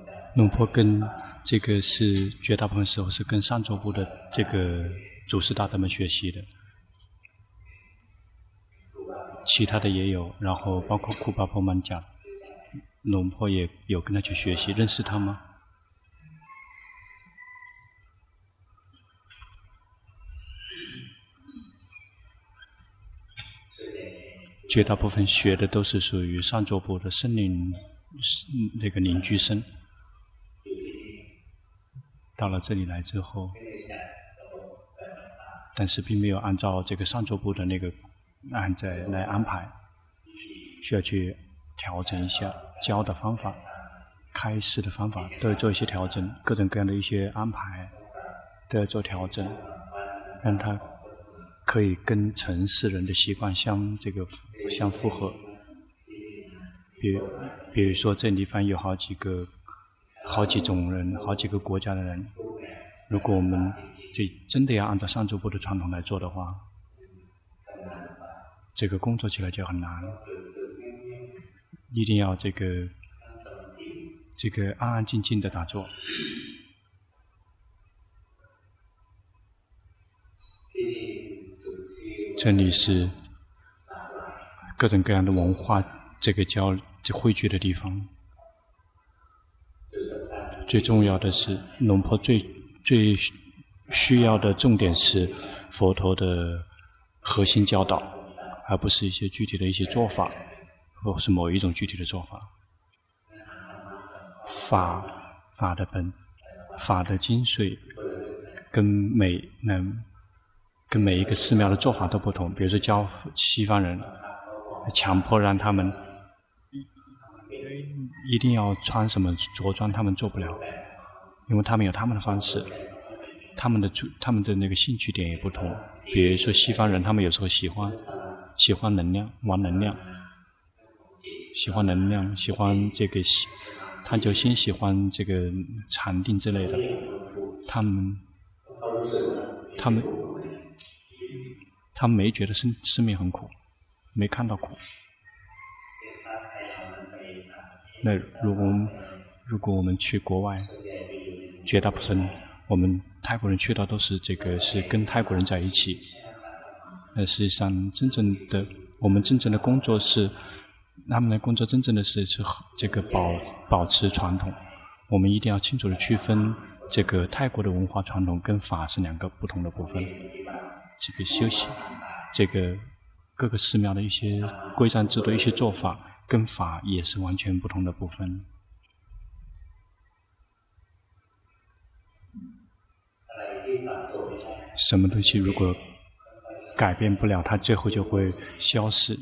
龙婆跟这个是绝大部分时候是跟上座部的这个祖师大德们学习的，其他的也有，然后包括库巴婆曼讲，龙婆也有跟他去学习，认识他吗？绝大部分学的都是属于上座部的森林这个凝聚生，到了这里来之后，但是并没有按照这个上座部的那个来安排，需要去调整一下教的方法、开示的方法，都要做一些调整，各种各样的一些安排都要做调整，让它可以跟城市人的习惯相符合。比如说这地方有好几种人，好几个国家的人，如果我们真的要按照上座部的传统来做的话，这个工作起来就很难，一定要这个安安静静的打坐。这里是各种各样的文化汇聚的地方。最重要的是，龙婆最需要的重点是佛陀的核心教导，而不是一些具体的一些做法，或是某一种具体的做法。法的本，法的精髓，跟每一个寺庙的做法都不同。比如说教西方人，强迫让他们一定要穿什么着装，他们做不了，因为他们有他们的方式，他们的那个兴趣点也不同。比如说西方人，他们有时候喜欢能量，玩能量，喜欢这个探究心，喜欢这个禅定之类的，他们没觉得生命很苦，没看到苦。那如果我们去国外，绝大部分我们泰国人去到都是是跟泰国人在一起。那实际上我们真正的工作是，他们的工作真正的是这个保持传统。我们一定要清楚地区分这个泰国的文化传统跟法是两个不同的部分。这个修行，这个各个寺庙的一些规章制度、一些做法，跟法也是完全不同的部分。什么东西如果改变不了，它最后就会消失。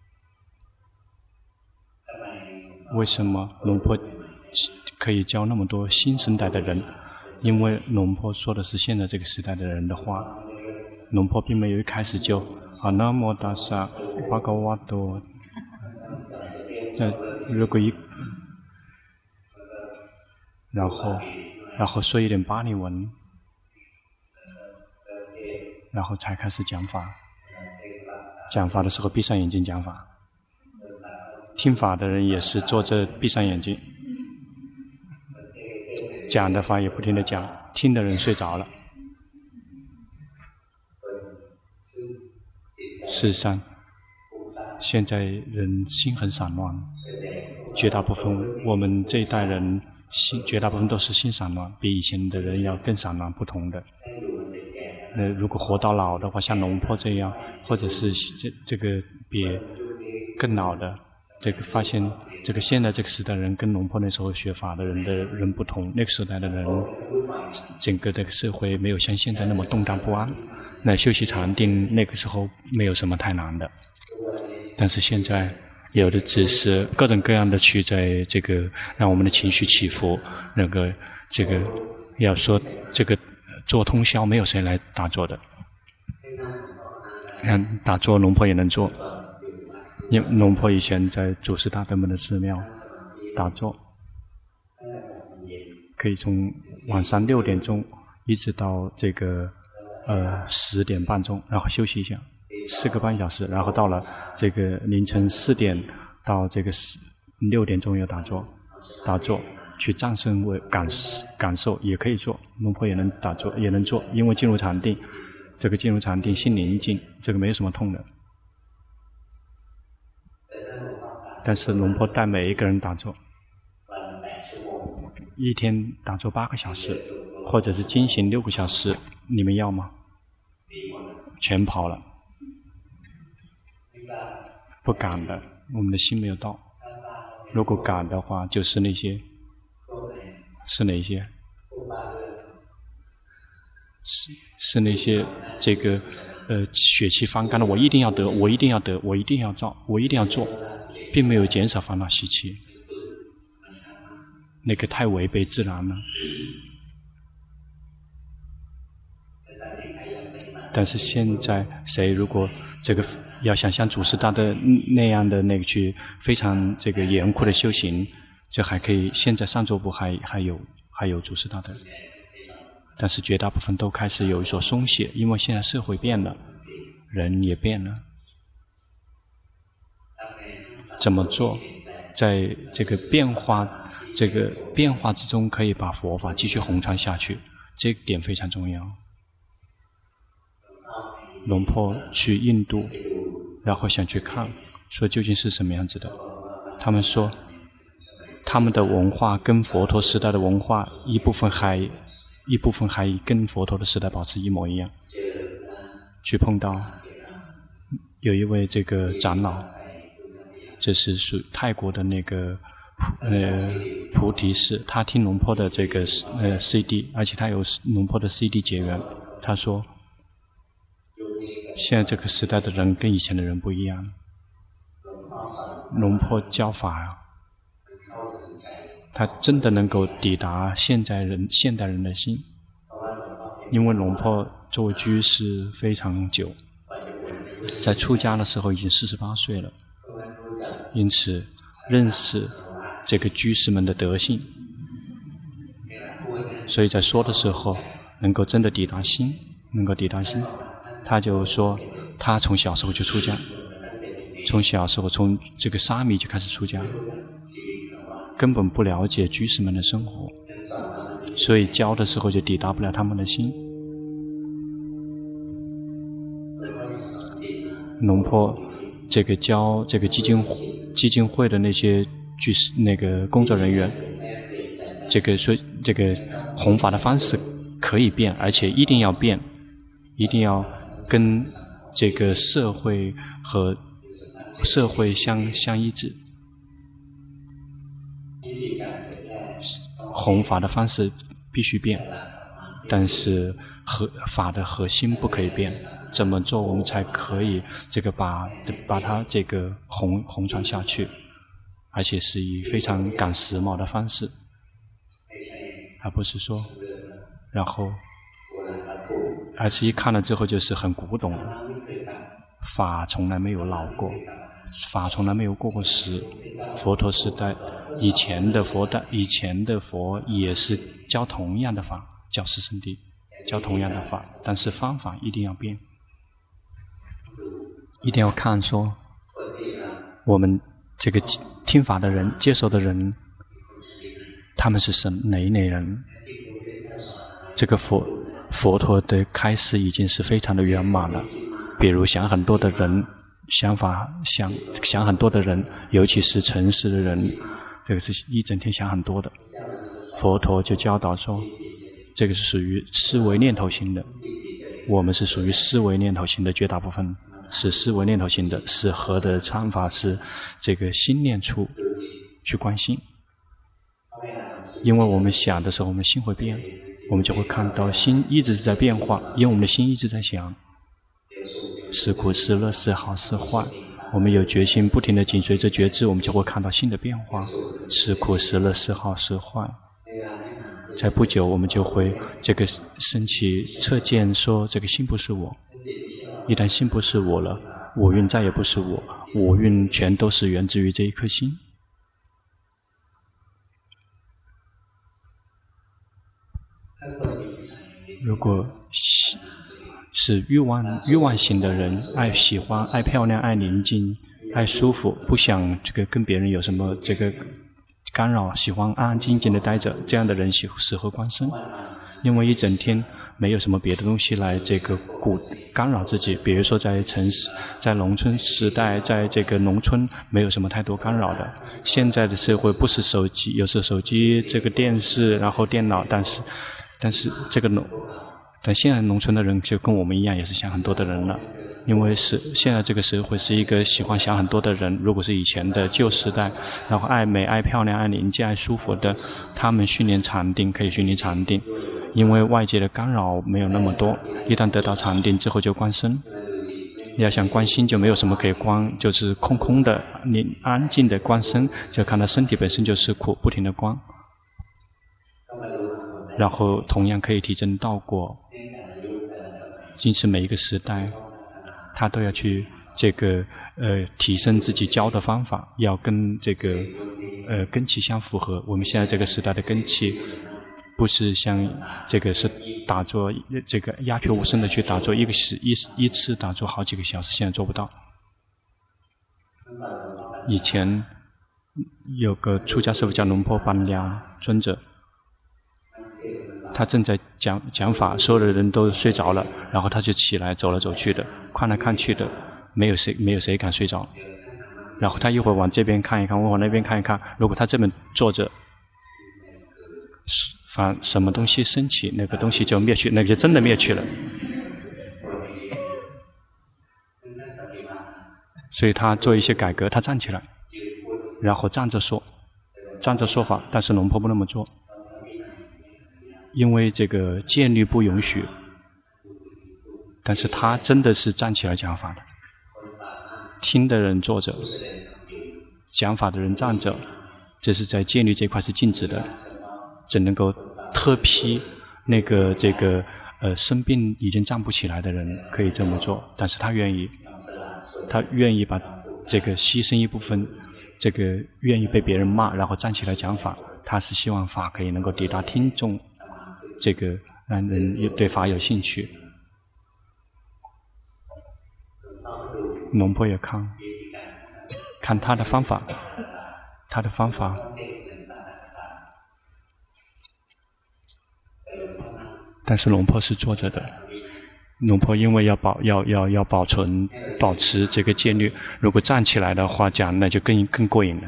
为什么龙婆可以教那么多新生代的人？因为龙婆说的是现在这个时代的人的话。龙婆并没有一开始就阿那摩达萨巴嘎瓦多，如果然后说一点巴利文，然后才开始讲法。讲法的时候闭上眼睛讲法，听法的人也是坐着闭上眼睛，讲的法也不停地讲，听的人睡着了。事实上，现在人心很散乱，绝大部分我们这一代人绝大部分都是心散乱，比以前的人要更散乱不同的。那如果活到老的话，像龙婆这样，或者是这个比更老的，这个发现这个现在这个时代人跟龙婆那时候学法的人不同，那个时代的人整个这个社会没有像现在那么动荡不安。那修习禅定那个时候没有什么太难的，但是现在有的只是各种各样的去在这个让我们的情绪起伏，要说这个做通宵没有谁来打坐的，打坐龙婆也能做，因为龙婆以前在祖师大德们的寺庙打坐，可以从晚上6点钟一直到这个10点半钟，然后休息一下4个半小时，然后到了这个凌晨4点到这个6点钟又打坐， 去战胜感受，也可以做。龙婆也能也能做，因为进入禅定，这个进入禅定心宁静，这个没有什么痛的。但是龙婆带每一个人打坐，一天打坐8个小时，或者是精行6个小时，你们要吗？全跑了，不敢的，我们的心没有到。如果敢的话，就是那些，是哪些？是那些这个血气方刚的，我一定要得，我一定要得，我一定要造，我一定要做，并没有减少烦恼习气，那个太违背自然了。但是现在谁如果这个要想像祖师大的那样的那个去非常这个严酷的修行，这还可以。现在上座部还有祖师大的，但是绝大部分都开始有所松懈，因为现在社会变了，人也变了。怎么做，在这个变化之中，可以把佛法继续弘传下去，这点非常重要。龙婆去印度，然后想去看，说究竟是什么样子的。他们说，他们的文化跟佛陀时代的文化一部分还跟佛陀的时代保持一模一样。去碰到有一位这个长老，这是属泰国的那个菩提寺，他听龙婆的这个CD， 而且他有龙婆的 CD 结缘。他说，现在这个时代的人跟以前的人不一样。龙婆教法，他真的能够抵达现代人的心。因为龙婆作为居士非常久，在出家的时候已经48岁了，因此认识这个居士们的德性，所以在说的时候能够真的抵达心，他就说他从小时候就出家，从小时候从这个沙弥就开始出家，根本不了解居士们的生活，所以教的时候就抵达不了他们的心。龙婆这个教这个基金会的那些居士那个工作人员，这个说这个弘法的方式可以变，而且一定要变，一定要跟这个社会相一致。弘法的方式必须变，但是法的核心不可以变。怎么做我们才可以这个把它这个弘传下去，而且是以非常赶时髦的方式，而不是说然后而是一看了之后就是很古董的。法从来没有老过，法从来没有过时。佛陀时代以前的佛也是教同样的法，教四圣谛，教同样的法，但是方法一定要变，一定要看说我们这个听法的人、接受的人，他们是哪一类人。这个佛陀的开示已经是非常的圆满了。比如想很多的人，想很多的人，尤其是诚实的人，这个是一整天想很多的。佛陀就教导说，这个是属于思维念头型的，我们是属于思维念头型的，绝大部分是思维念头型的。适合的方法是这个心念处去观心，因为我们想的时候我们心会变，我们就会看到心一直在变化，因为我们的心一直在想是苦是乐是好是坏，我们有决心不停地紧随着觉知，我们就会看到心的变化，是苦是乐是好是坏。在不久我们就会这个升起测见说这个心不是我，一旦心不是我了，我运再也不是我，我运全都是源自于这一颗心。如果是欲望型的人，爱喜欢、爱漂亮、爱宁静、爱舒服，不想这个跟别人有什么这个干扰，喜欢安安静静的待着，这样的人适合观身，因为一整天没有什么别的东西来干扰自己。比如说在城市、在农村时代，在这个农村没有什么太多干扰的。现在的社会不是手机，有时候手机、这个电视，然后电脑，但是但现在农村的人就跟我们一样，也是想很多的人了。因为现在这个社会是一个喜欢想很多的人。如果是以前的旧时代，然后爱美、爱漂亮、爱宁静、爱舒服的，他们训练禅定可以训练禅定，因为外界的干扰没有那么多。一旦得到禅定之后就观身。要想观心就没有什么可以观，就是空空的，你安静的观身，就看到身体本身就是苦，不停的观。然后同样可以提升道果。因此每一个时代他都要去提升自己教的方法，要跟这个根器相符合。我们现在这个时代的根器不是像这个是打坐这个鸦雀无声的去打坐，一次打坐好几个小时，现在做不到。以前有个出家师父叫龙婆班牙尊者，他正在讲法，所有的人都睡着了，然后他就起来走来走去的，看来看去的，没有谁敢睡着。然后他一会儿往这边看一看，往那边看一看，如果他这边坐着，什么东西升起，那个东西就灭去，那个就真的灭去了。所以他做一些改革，他站起来，然后站着说法，但是龙婆不那么做。因为这个戒律不允许，但是他真的是站起来讲法的。听的人坐着，讲法的人站着，这是在戒律这块是禁止的，只能够特批那个生病已经站不起来的人可以这么做，但是他愿意把这个牺牲一部分，这个愿意被别人骂，然后站起来讲法，他是希望法可以能够抵达听众。这个让人对法有兴趣。龙婆也看他的方法，但是龙婆是坐着的。龙婆因为要保持这个戒律，如果站起来的话讲，那就更过瘾了。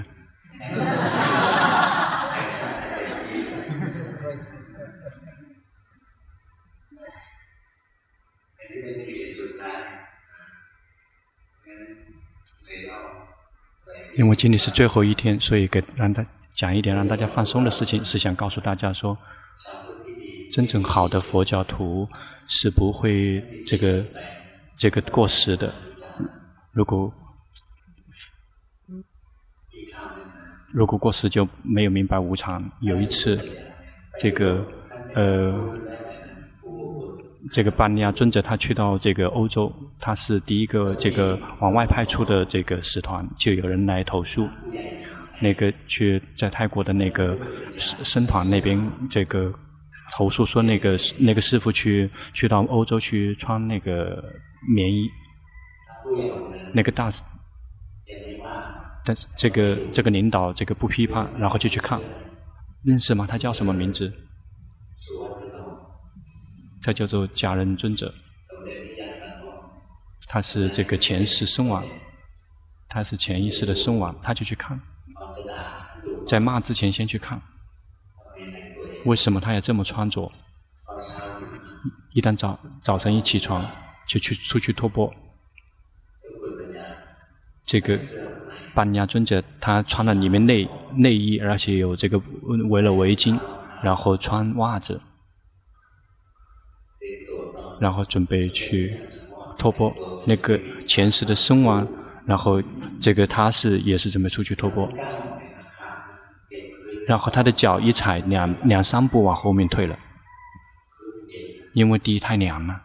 因为今天是最后一天，所以让他讲一点让大家放松的事情，是想告诉大家说，真正好的佛教徒是不会这个过时的。如果过时就没有明白无常。有一次，这个班尼亚尊者他去到这个欧洲，他是第一个这个往外派出的这个使团，就有人来投诉，那个去在泰国的那个僧团那边这个投诉说那个师父去到欧洲去穿那个棉衣，那个大，但是这个领导这个不批判，然后就去看，认识吗？他叫什么名字？他叫做迦仁尊者，他是这个前世身亡，他是前一世的身亡，他就去看，在骂之前先去看，为什么他要这么穿着？一旦早晨一起床就出去托钵。这个班尼亚尊者他穿了里面内衣，而且有这个围了围巾，然后穿袜子，然后准备去托钵。那个前世的身亡，然后这个他也是准备出去托钵，然后他的脚一踩两三步往后面退了，因为地太凉了。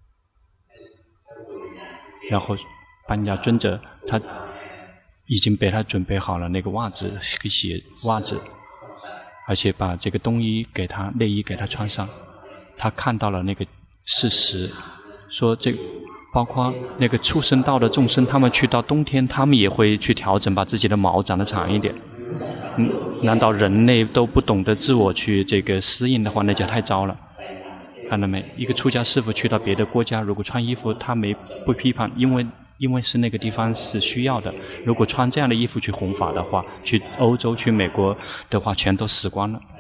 然后班尼亚尊者他已经被他准备好了那个袜子，袜子，而且把这个冬衣给他，内衣给他穿上。他看到了那个事实，说这包括那个畜生道的众生，他们去到冬天，他们也会去调整，把自己的毛长得长一点。 难道人类都不懂得自我去这个适应的话，那就太糟了。看到没？一个出家师父去到别的国家，如果穿衣服，他不批判，因为是那个地方是需要的。如果穿这样的衣服去弘法的话，去欧洲、去美国的话，全都死光了，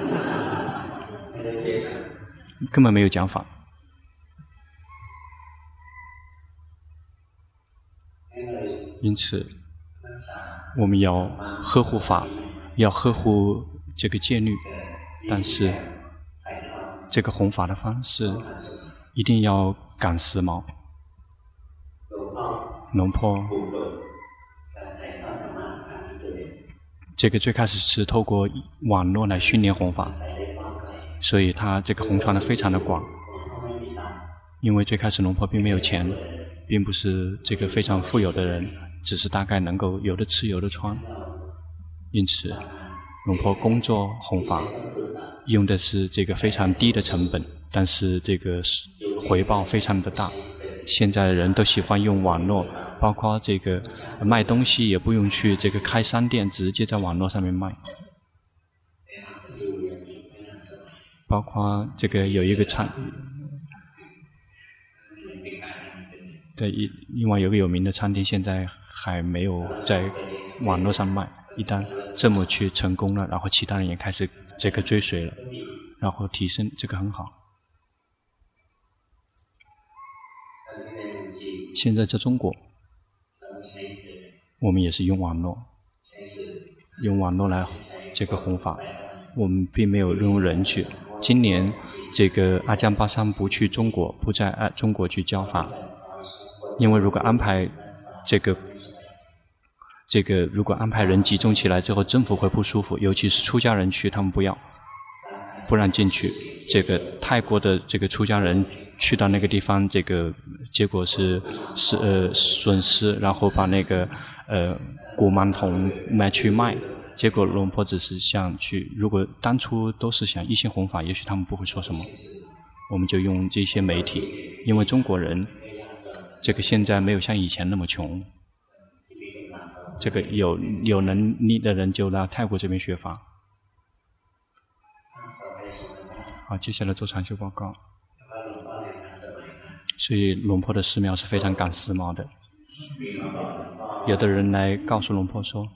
根本没有讲法。因此，我们要呵护法，要呵护这个戒律，但是这个弘法的方式一定要赶时髦。龙婆这个最开始是透过网络来训练弘法，所以他这个弘传的非常的广。因为最开始龙婆并没有钱，并不是这个非常富有的人，只是大概能够有的吃有的穿，因此龙婆工作弘法用的是这个非常低的成本，但是这个回报非常的大。现在的人都喜欢用网络，包括这个卖东西也不用去这个开商店，直接在网络上面卖。包括这个有一个对，另外有个有名的餐厅，现在还没有在网络上卖。一旦这么去成功了，然后其他人也开始这个追随了，然后提升，这个很好。现在在中国，我们也是用网络来这个弘法，我们并没有用人去。今年这个阿江巴桑不去中国，不在中国去教法，因为如果安排这个如果安排人集中起来之后，政府会不舒服，尤其是出家人去，他们不让进去。这个泰国的这个出家人去到那个地方，这个结果是损失，然后把那个古曼童去卖。结果龙婆只是想去，如果当初都是想一心弘法，也许他们不会说什么。我们就用这些媒体，因为中国人这个现在没有像以前那么穷，这个有能力的人就到泰国这边学法。好，接下来做禅修报告。所以龙婆的寺庙是非常赶时髦的。有的人来告诉龙婆说，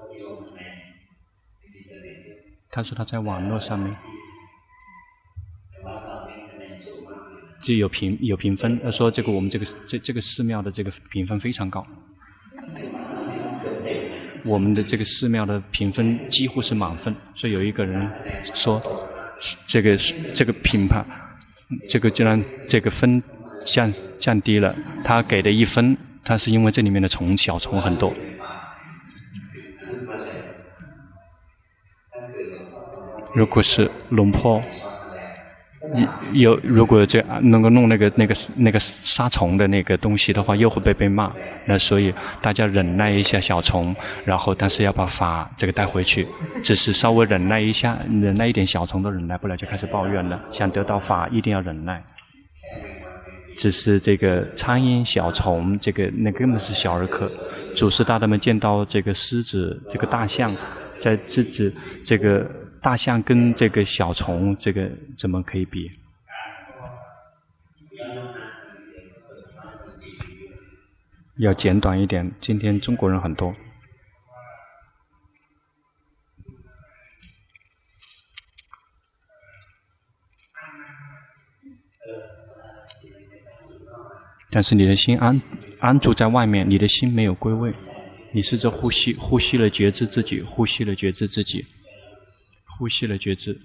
他说他在网络上面就有评分，他说这个我们这个寺庙的这个评分非常高，我们的这个寺庙的评分几乎是满分。所以有一个人说，这个评判，这个就让这个分降低了。他给的1分，他是因为这里面的小虫很多。如果是龙婆如果这能够弄那个杀虫的那个东西的话，又会被骂。那所以大家忍耐一下小虫，然后但是要把法这个带回去。只是稍微忍耐一下，忍耐一点小虫都忍耐不了，就开始抱怨了。想得到法一定要忍耐。只是这个苍蝇、小虫，那根本是小儿科。祖师大德们见到这个狮子、这个大象，在指这个大象跟这个小虫，这个怎么可以比？要简短一点。今天中国人很多，但是你的心安住在外面，你的心没有归位。你试着呼吸，呼吸了觉知自己，呼吸了觉知自己，呼吸了觉知。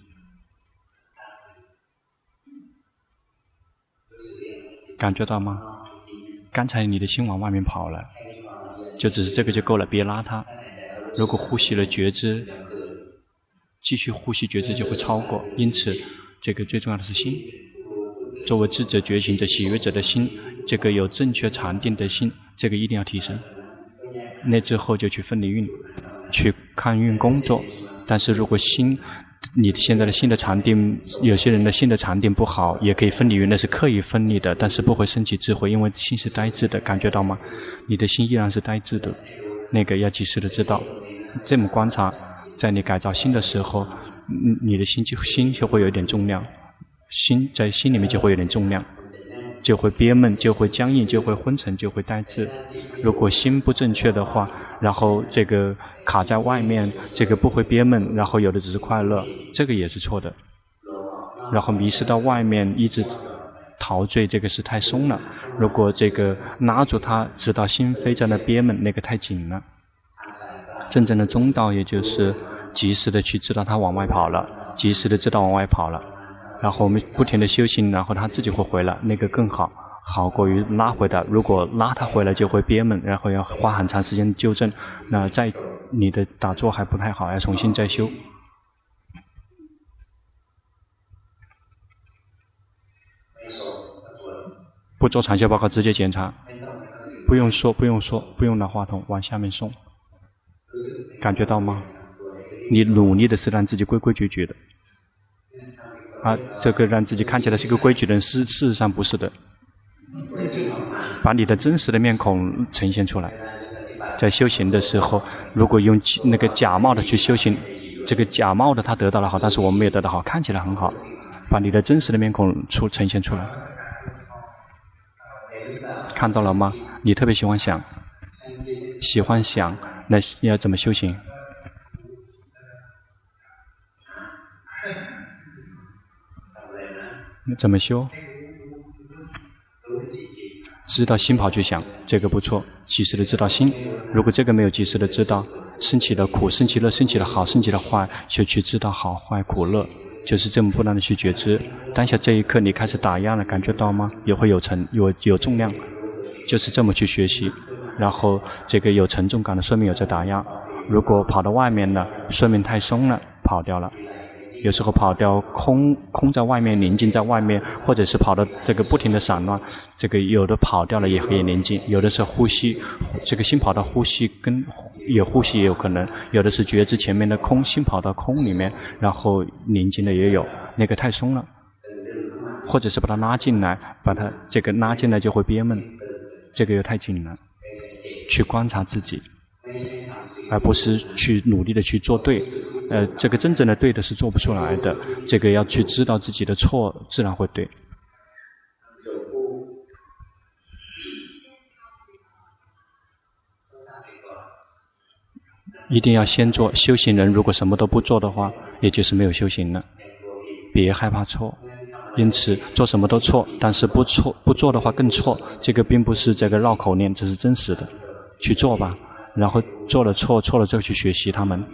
感觉到吗？刚才你的心往外面跑了，就只是这个就够了，别拉它。如果呼吸了觉知，继续呼吸觉知就会超过。因此这个最重要的是心，作为智者、觉醒者、喜悦者的心，这个有正确禅定的心，这个一定要提升。那之后就去分离运，去看运工作。但是如果你现在的心的禅定，有些人的心的禅定不好，也可以分离运，那是刻意分离的，但是不会升起智慧，因为心是呆滞的，感觉到吗？你的心依然是呆滞的，那个要及时的知道。这么观察， 在你改造心的时候，你的心就会有一点重量，在心里面就会有点重量，就会憋闷，就会僵硬，就会昏沉，就会呆滞。如果心不正确的话，然后这个卡在外面，这个不会憋闷，然后有的只是快乐，这个也是错的。然后迷失到外面，一直陶醉，这个是太松了。如果这个拉住它，直到心扉在那憋闷，那个太紧了。真正的中道，也就是及时的去知道它往外跑了，及时的知道往外跑了，然后我们不停的修行，然后它自己会回来，那个更好，好过于拉回来。如果拉它回来就会憋闷，然后要花很长时间纠正，那在你的打坐还不太好，要重新再修。不做长修报告，直接检查，不用说，不用拿话筒往下面送，感觉到吗？你努力的是让自己规规矩矩的，这个让自己看起来是一个规矩的人，事实上不是的。把你的真实的面孔呈现出来。在修行的时候，如果用那个假冒的去修行，这个假冒的他得到了好，但是我们没有得到好，看起来很好。把你的真实的面孔呈现出来。看到了吗？你特别喜欢想，那要怎么修行？怎么修？知道心跑去想，这个不错，及时的知道心。如果这个没有及时的知道，升起了苦，升起了升起了好，升起了坏，就去知道好坏苦乐，就是这么不断的去觉知。当下这一刻你开始打压了，感觉到吗？也会有重量，就是这么去学习。然后这个有沉重感的说明有在打压，如果跑到外面了，说明太松了，跑掉了。有时候跑掉空在外面，宁静在外面，或者是跑的这个不停的散乱，这个有的跑掉了也很宁静，有的是呼吸，这个心跑到呼吸呼吸也有可能，有的是觉知前面的空，心跑到空里面，然后宁静的也有，那个太松了，或者是把它拉进来，把它这个拉进来就会憋闷，这个又太紧了，去观察自己，而不是去努力的去做对。这个真正的对的是做不出来的，这个要去知道自己的错，自然会对。一定要先做。修行人如果什么都不做的话，也就是没有修行了。别害怕错，因此做什么都错，但是不做的话更错。这个并不是这个绕口令，这是真实的。去做吧，然后做了错了之后去学习他们。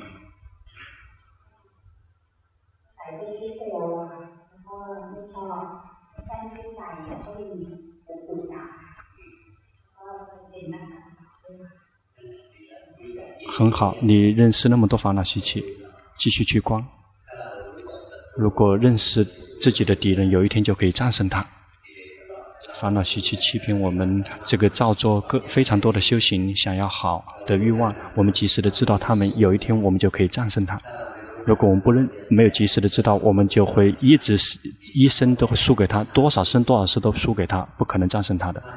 很好，你认识那么多烦恼习气，继续去观。如果认识自己的敌人，有一天就可以战胜他。烦恼习气欺骗我们，这个造作非常多的修行，想要好的欲望，我们及时的知道他们，有一天我们就可以战胜他。如果我们没有及时的知道，我们就会一生都会输给他，多少生都输给他，不可能战胜他的。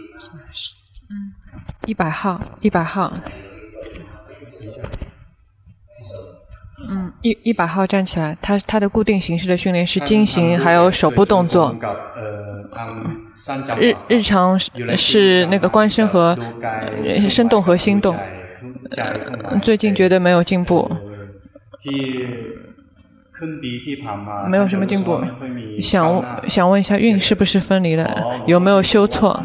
100号。100号站起来，他的固定形式的训练是经行，还有手部动作。日常是那个观身和身动和心动。最近觉得没有进步，没有什么进步。想问一下，运是不是分离了？有没有修错？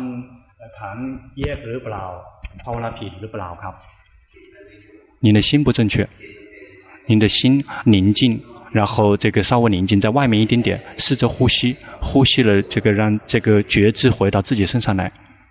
你的心不正确，你的心宁静，然后这个稍微宁静，在外面一点点，试着呼吸了，这个让这个觉知回到自己身上来。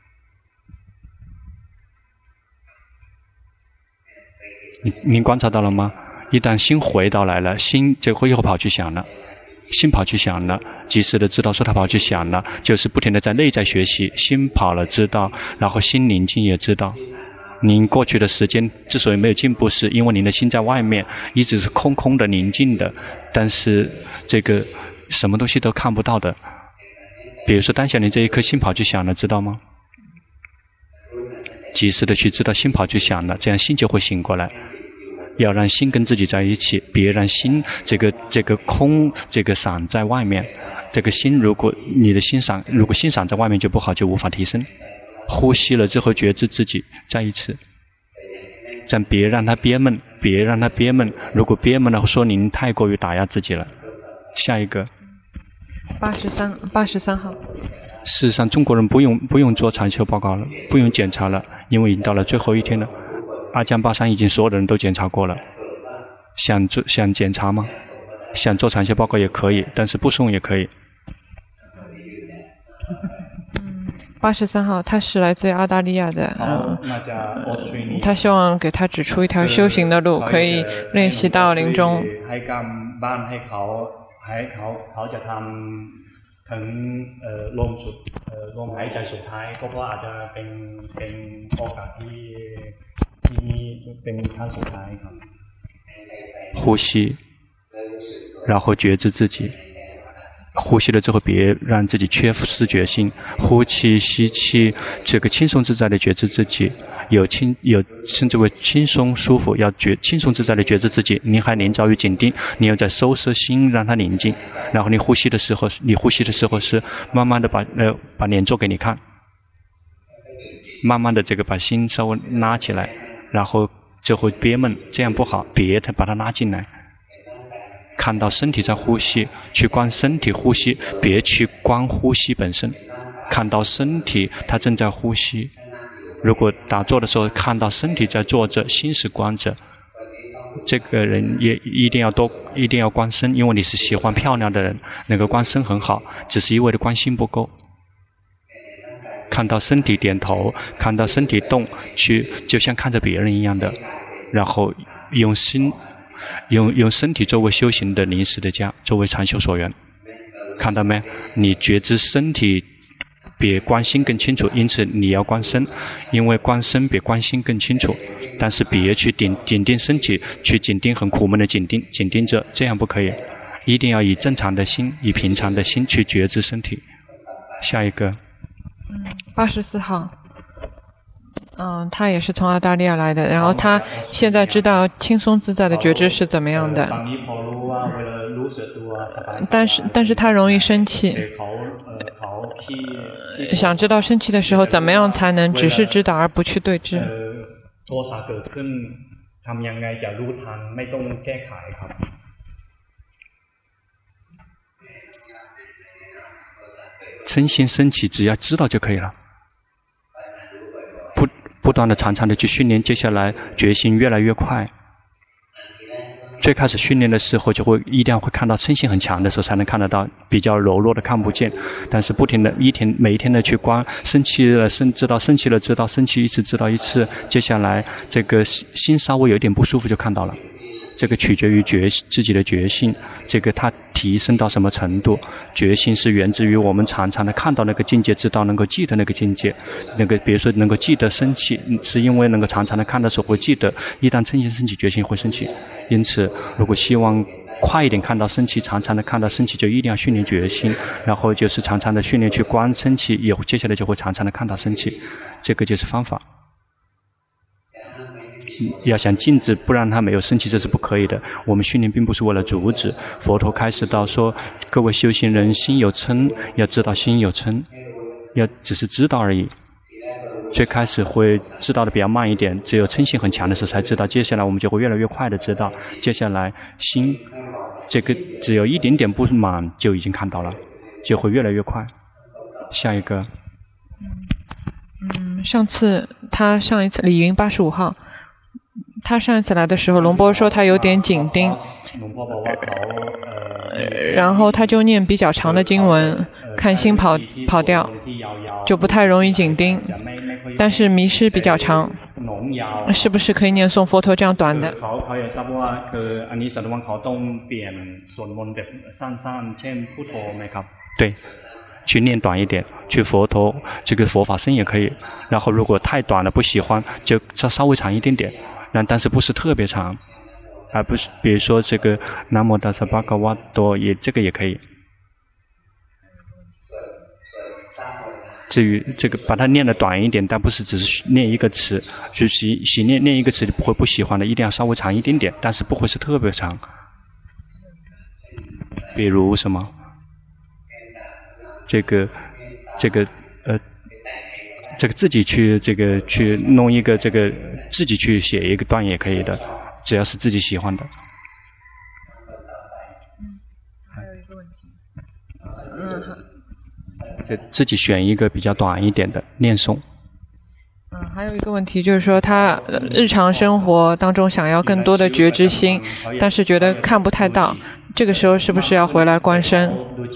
您观察到了吗？一旦心回到来了，心就会又跑去想了，心跑去想了，及时的知道说他跑去想了，就是不停的在内在学习，心跑了知道，然后心宁静也知道。您过去的时间之所以没有进步，是因为您的心在外面一直是空空的宁静的，但是这个什么东西都看不到的。比如说当下您这一颗心跑去想了，知道吗？及时的去知道心跑去想了，这样心就会醒过来。 要让心跟自己在一起，别让心这个空这个散在外面。这个心如果你的心散，如果心散在外面就不好，就无法提升。呼吸了之后觉知自己，再一次。但别让它憋闷，别让它憋闷。如果憋闷了，说您太过于打压自己了。下一个。83号。事实上，中国人不用做禅修报告了，不用检查了，因为已经到了最后一天了。阿江巴山已经所有的人都检查过了。想检查吗？想做禅修报告也可以，但是不送也可以。 83号，他是来自澳大利亚的，他希望给他指出一条修行的路，可以练习到临终。ถึงลมหายใจสุดท้ายก็เพราะอาจจะเป็นโอกาสที่เป็นครั้งสุดท้ายครับ呼吸，然后觉知自己。呼吸了之后，别让自己缺失觉性。呼气、吸气，这个轻松自在的觉知自己，有称之为轻松舒服，要轻松自在的觉知自己。你还临着于紧盯，你要在收摄心，让它宁静。然后你呼吸的时候是慢慢的把脸做给你看，慢慢的这个把心稍微拉起来，然后就会憋闷，这样不好，别把它拉进来。看到身体在呼吸，去观身体呼吸，别去观呼吸本身。看到身体它正在呼吸，如果打坐的时候看到身体在坐着，心是观着，这个人也一定要观身，因为你是喜欢漂亮的人，那个观身很好，只是一味的观心不够。看到身体点头，看到身体动，就像看着别人一样的，然后用身体作为修行的临时的家，作为禅修所缘。看到没？你觉知身体比观心更清楚，因此你要观身，因为观身比观心更清楚。但是别去紧盯身体，去紧盯很苦闷的紧盯着，这样不可以。一定要以正常的心，以平常的心去觉知身体。下一个。 84号。他也是从澳大利亚来的，然后他现在知道轻松自在的觉知是怎么样的，但是他容易生气，想知道生气的时候怎么样才能只是知道而不去对峙。 嗔心升起，只要知道就可以了。不断的常常的去训练，接下来决心越来越快。最开始训练的时候一定要会看到嗔心很强的时候才能看得到，比较柔弱的看不见。但是不停的每一天的去观，生气了知道，生气了知道，生气一次知道一次，接下来这个心稍微有点不舒服就看到了。这个取决于自己的觉性，这个它提升到什么程度？觉性是源自于我们常常的看到那个境界，知道能够记得那个境界。那个比如说能够记得生气，是因为能够常常的看的时候会记得，一旦嗔心升起，觉性会升起。因此，如果希望快一点看到生气，常常的看到生气，就一定要训练觉性，然后就是常常的训练去观生气，接下来就会常常的看到生气。这个就是方法。要想禁止不让他没有生气，这是不可以的。我们训练并不是为了阻止。佛陀开始到说，各位修行人心有嗔，要知道心有嗔，要只是知道而已。最开始会知道的比较慢一点，只有嗔心很强的时候才知道，接下来我们就会越来越快的知道。接下来心这个只有一点点不满就已经看到了，就会越来越快。下一个。 上次李云85号。他上一次来的时候，龙波说他有点紧盯，然后他就念比较长的经文，看心跑掉，就不太容易紧盯，但是迷失比较长，是不是可以念诵佛陀这样短的？ 对，去念短一点，去佛陀这个佛法僧也可以。然后如果太短了不喜欢，就稍微长一点点。但是不是特别长，而不是比如说这个南无大萨巴嘎瓦多这个也可以。 至于这个，把它念得短一点，但不是只是念一个词，就是念一个词不会不喜欢的，一定要稍微长一点点，但是不会是特别长。比如什么？这个自己去去弄一个自己去写一个段也可以的，只要是自己喜欢的。 还有一个问题。 自己选一个比较短一点的念诵。 还有一个问题就是说，他日常生活当中想要更多的觉知心，但是觉得看不太到，这个时候是不是要回来观身？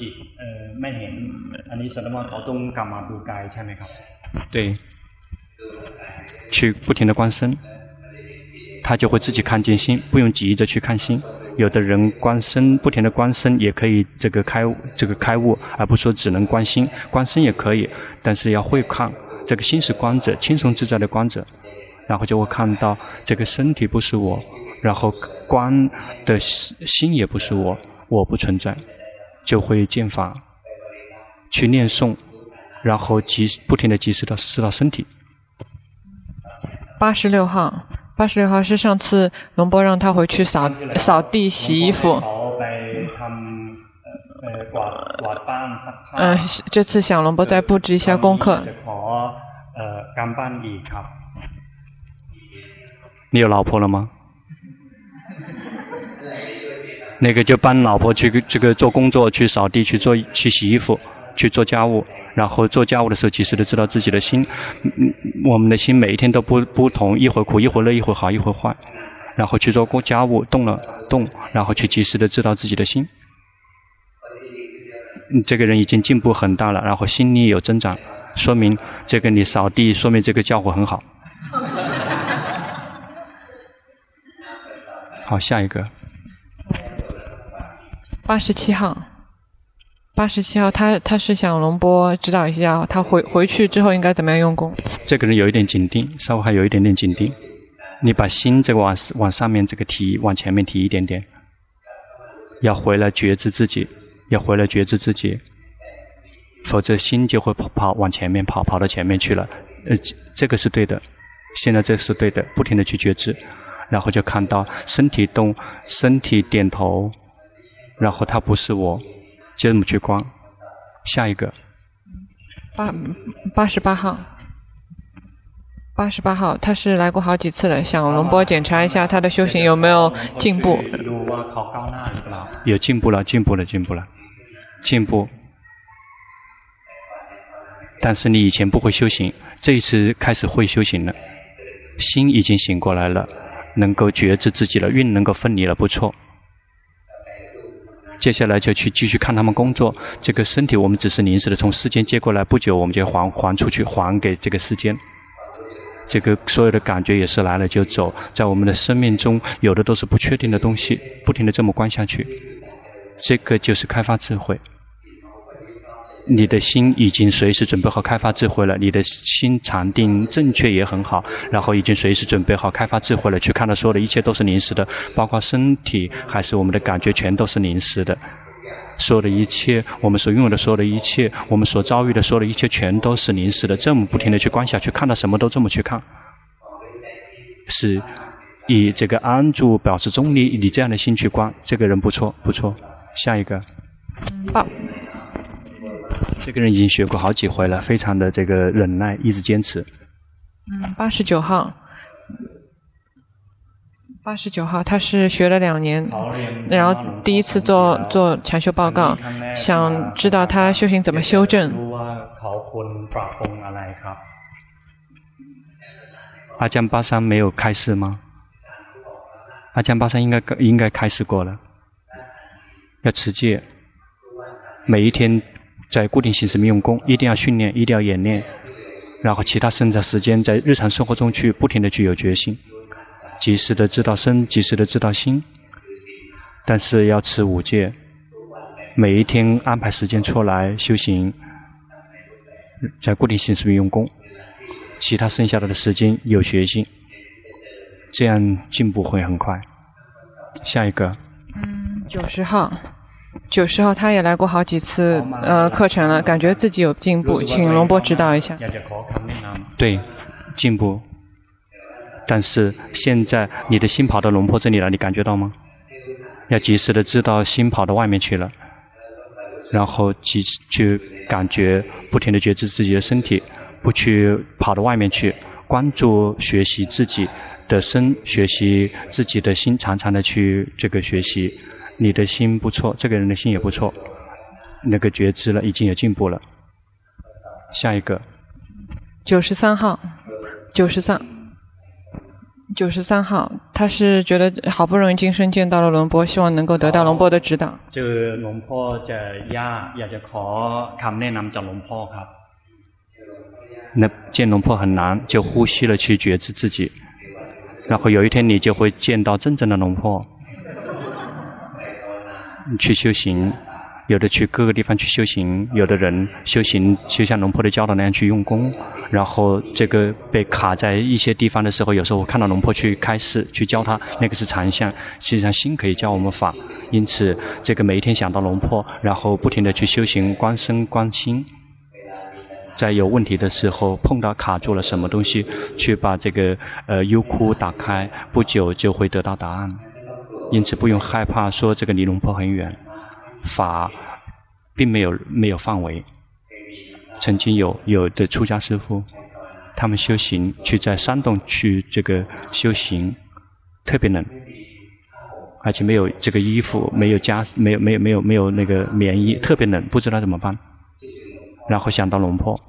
对，去不停的观身，他就会自己看见心，不用急着去看心。有的人观身，不停的观身也可以开悟，而不是说只能观心，观身也可以，但是要会看。这个心是观者，轻松自在的观者，然后就会看到这个身体不是我，然后观的心也不是我，我不存在，就会见法，去念诵，然后不停的及时知道身体。 86号是上次龙波让他回去扫地洗衣服。这次想龙波再布置一下功课。 你有老婆了吗？那个就帮老婆去做工作，去扫地，去洗衣服，去做家务。然后做家务的时候，及时的知道自己的心。我们的心每一天都不同，一会儿苦，一会儿乐，一会儿好，一会儿坏。然后去做家务，动，然后去及时的知道自己的心。这个人已经进步很大了，然后心力有增长，说明这个你扫地，说明这个教诲很好。好，下一个。 87号，他是想龙波指导一下，他回去之后应该怎么样用功？ 这个人有一点紧盯，稍微还有一点点紧盯。你把心这个往上面这个提，往前面提一点点，要回来觉知自己，否则心就会往前面跑到前面去了。这个是对的，现在这是对的，不停的去觉知，然后就看到身体动，身体点头，然后它不是我，就这么去观。下一个。 88号，他是来过好几次了，想龙波检查一下他的修行有没有进步。 有进步了。但是你以前不会修行，这一次开始会修行了，心已经醒过来了，能够觉知自己了，运能够分离了，不错。接下来就去继续看他们工作。这个身体我们只是临时的从世间接过来，不久我们就还出去，还给这个世间。这个所有的感觉也是来了就走，在我们的生命中有的都是不确定的东西，不停地这么观下去，这个就是开发智慧。你的心已经随时准备好开发智慧了，你的心禅定正确也很好，然后已经随时准备好开发智慧了，去看到所有的一切都是临时的，包括身体还是我们的感觉全都是临时的。所有的一切，我们所拥有的所有的一切，我们所遭遇的所有的一切全都是临时的，这么不停地去观下去，看到什么都这么去看，是以这个安住表示中立，以这样的心去观，这个人不错。下一个。这个人已经学过好几回了，非常的这个忍耐，一直坚持。 89号，他是学了2年，然后第一次做禅修报告，想知道他修行怎么修正。 阿江巴桑没有开示吗？阿江巴桑应该开示过了。要持戒，每一天在固定形式用功，一定要训练，一定要演练，然后其他剩下时间在日常生活中去不停地去有决心，及时的知道身，及时的知道心。但是要持5戒，每一天安排时间出来修行，在固定形式用功，其他剩下的时间有学习，这样进步会很快。下一个。 90号， 90号他也来过好几次课程了，感觉自己有进步，请龙波指导一下。 对，进步。但是现在你的心跑到龙波这里了，你感觉到吗？要及时的知道心跑到外面去了，然后去感觉，不停的觉知自己的身体，不去跑到外面去，关注学习自己的身，学习自己的心，常常的去这个学习。你的心不错，这个人的心也不错，那个觉知了，已经有进步了。下一个 93号，93号，他是觉得好不容易今生见到了龙波，希望能够得到龙波的指導。 เจอหลวงพ่อจะยากอยากจะขอคำแนะนำจากหลวงพ่อครับ那见龙婆很难，就呼吸了去觉知自己，然后有一天你就会见到真正的龙婆。你去修行，有的去各个地方去修行，有的人修行就像龙婆的教导那样去用功，然后这个被卡在一些地方的时候，有时候我看到龙婆去开示去教他，那个是禅相，实际上心可以教我们法，因此这个每一天想到龙婆，然后不停地去修行观身观心，在有问题的时候碰到卡住了什么东西，去把这个幽窟打开，不久就会得到答案。因此不用害怕说这个离龙婆很远，法并没有范围。曾经有的出家师父，他们修行去在山洞去这个修行，特别冷，而且没有这个衣服，没有那个棉衣，特别冷，不知道怎么办。然后想到龙婆，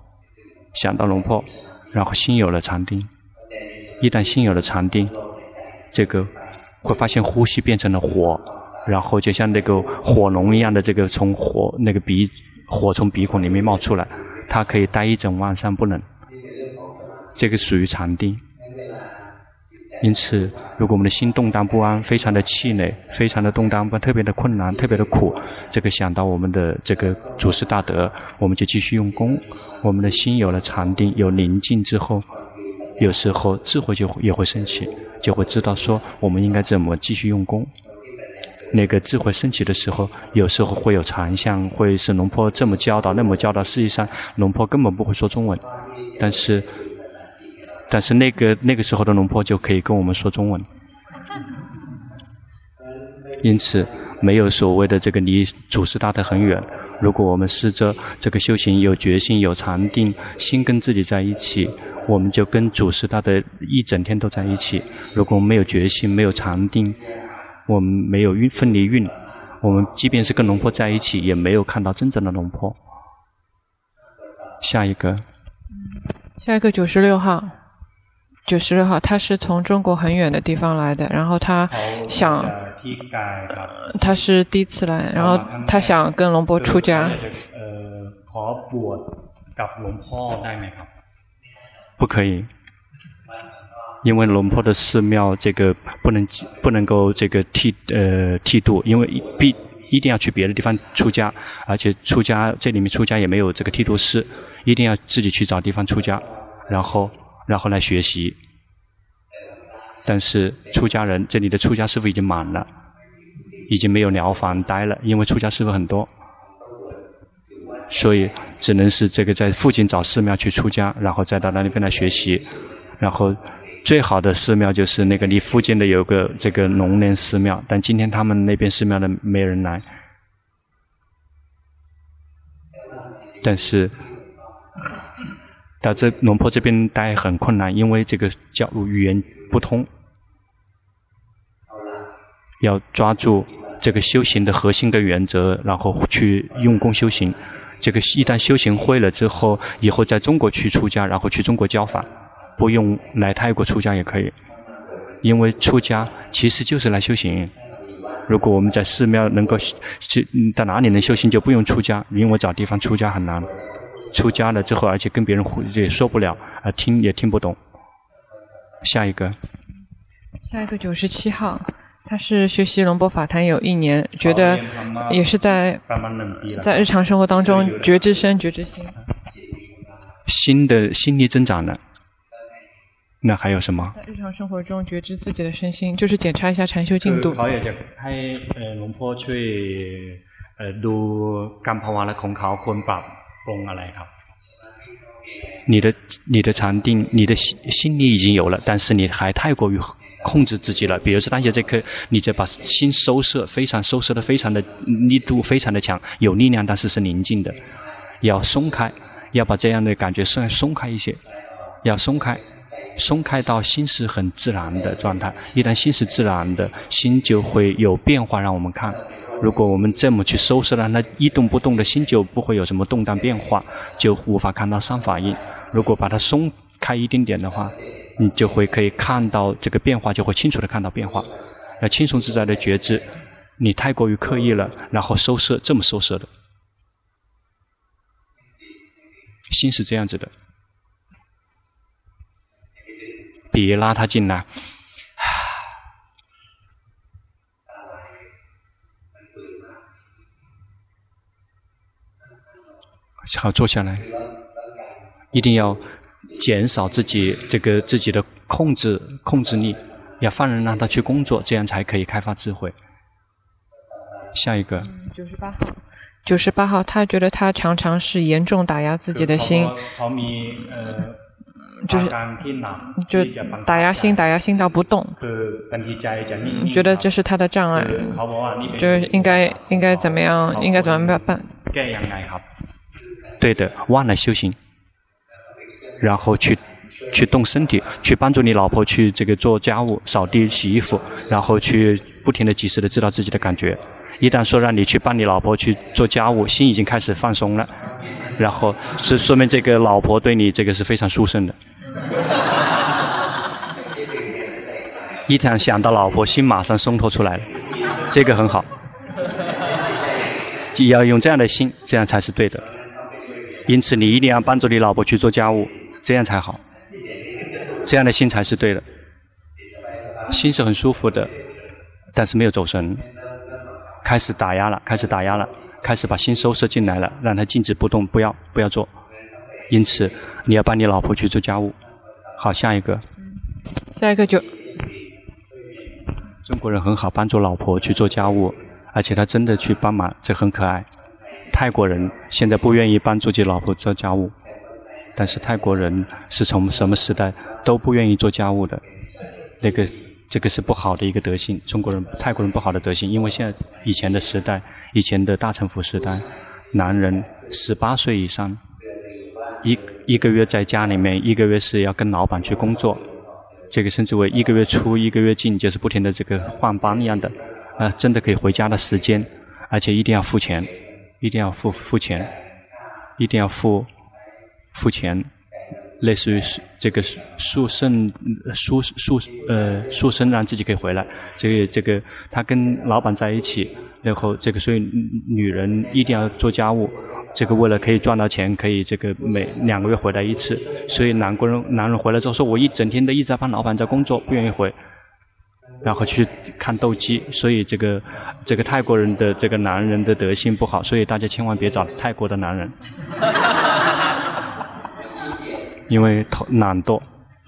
然后心有了禅定。一旦心有了禅定，这个会发现呼吸变成了火，然后就像那个火龙一样的这个从火从鼻孔里面冒出来，它可以待一整晚上不冷。这个属于禅定。因此如果我们的心动荡不安，非常的气馁，非常的动荡不安，特别的困难，特别的苦，这个想到我们的这个祖师大德，我们就继续用功。我们的心有了禅定，有宁静之后，有时候智慧也会升起，就会知道说我们应该怎么继续用功。那个智慧升起的时候，有时候会有禅相，会是龙婆这么教导那么教导，实际上龙婆根本不会说中文，但是那个时候的龙婆就可以跟我们说中文。因此没有所谓的这个离祖师大德很远。如果我们试着这个修行有决心有禅定，心跟自己在一起，我们就跟祖师大德一整天都在一起。如果我们没有决心没有禅定，我们没有分离运，我们即便是跟龙婆在一起，也没有看到真正的龙婆。下一个96号，他是从中国很远的地方来的，然后他是第一次来，然后他想跟龙波出家。不可以，因为龙婆的寺庙这个不能够这个剃度，因为一定要去别的地方出家，而且出家这里面出家也没有这个剃度师，一定要自己去找地方出家，然后来学习。但是出家人这里的出家师父已经满了，已经没有寮房待了，因为出家师父很多，所以只能是这个在附近找寺庙去出家，然后再到那边来学习。然后最好的寺庙就是那个离附近的有个这个龙莲寺庙，但今天他们那边寺庙的没人来。但是到这龙婆这边待很困难，因为这个语言不通。要抓住这个修行的核心的原则，然后去用功修行。这个一旦修行会了之后，以后在中国去出家，然后去中国教法，不用来泰国出家也可以。因为出家其实就是来修行。如果我们在寺庙能够到哪里能修行，就不用出家，因为找地方出家很难。出家了之后，而且跟别人也说不了，听也听不懂。下一个 97号，他是学习龙波法坛有1年，觉得也是在日常生活当中觉知身觉知心， 心力增长了。那还有什么？ 在日常生活中觉知自己的身心，就是检查一下禅修进度。 เขาอยากจะให้หลวงพ่อช่วยดูกรรมภาวะของเขาควรปรับปรุงอะไรครับ你的禅定，你的心力已经有了，但是你还太过于控制自己了。比如说当下这刻，你就把心收摄得非常的力度非常的强，有力量，但是是宁静的。要松开，要把这样的感觉松开一些，要松开到心是很自然的状态。一旦心是自然的，心就会有变化让我们看。如果我们这么去收拾，让它一动不动的心就不会有什么动荡变化，就无法看到三法印。如果把它松开一点点的话，你就会可以看到这个变化，就会清楚的看到变化。轻松自在的觉知，你太过于刻意了，然后这么收摄的，心是这样子的。别拉它进来。好，坐下来，一定要减少自己的控制力，要放任让他去工作，这样才可以开发智慧。下一个，98号，他觉得他常常是严重打压自己的心，就是打压心到不动，觉得这是他的障碍，就是应该怎么样，应该怎么办？对的，忘了修行，然后去动身体，去帮助你老婆去这个做家务、扫地、洗衣服，然后去不停的及时的知道自己的感觉。一旦说让你去帮你老婆去做家务，心已经开始放松了，然后是说明这个老婆对你这个是非常殊胜的。一旦想到老婆，心马上松脱出来了，这个很好。要用这样的心，这样才是对的。因此你一定要帮助你老婆去做家务，这样才好，这样的心才是对的。心是很舒服的，但是没有走神，开始打压了，开始把心收摄进来了，让它静止不动，不要做。因此你要帮你老婆去做家务。好，下一个就中国人很好，帮助老婆去做家务，而且他真的去帮忙，这很可爱。泰国人现在不愿意帮助自己老婆做家务，但是泰国人是从什么时代都不愿意做家务的，这个是不好的一个德性，泰国人不好的德性。因为现在以前的时代，以前的大乘府时代，男人18岁以上，一个月在家里面，1个月是要跟老板去工作，这个甚至为1个月出1个月进，就是不停的这个换班一样的，真的可以回家的时间，而且一定要付钱。一定要付钱，一定要付钱，类似于这个赎身让自己可以回来。这个他跟老板在一起，然后这个所以女人一定要做家务，这个为了可以赚到钱，可以这个每2个月回来一次。所以男人回来之后说，我一整天都一直在帮老板在工作，不愿意回。然后去看斗鸡，所以这个泰国人的这个男人的德性不好，所以大家千万别找泰国的男人，因为懒惰，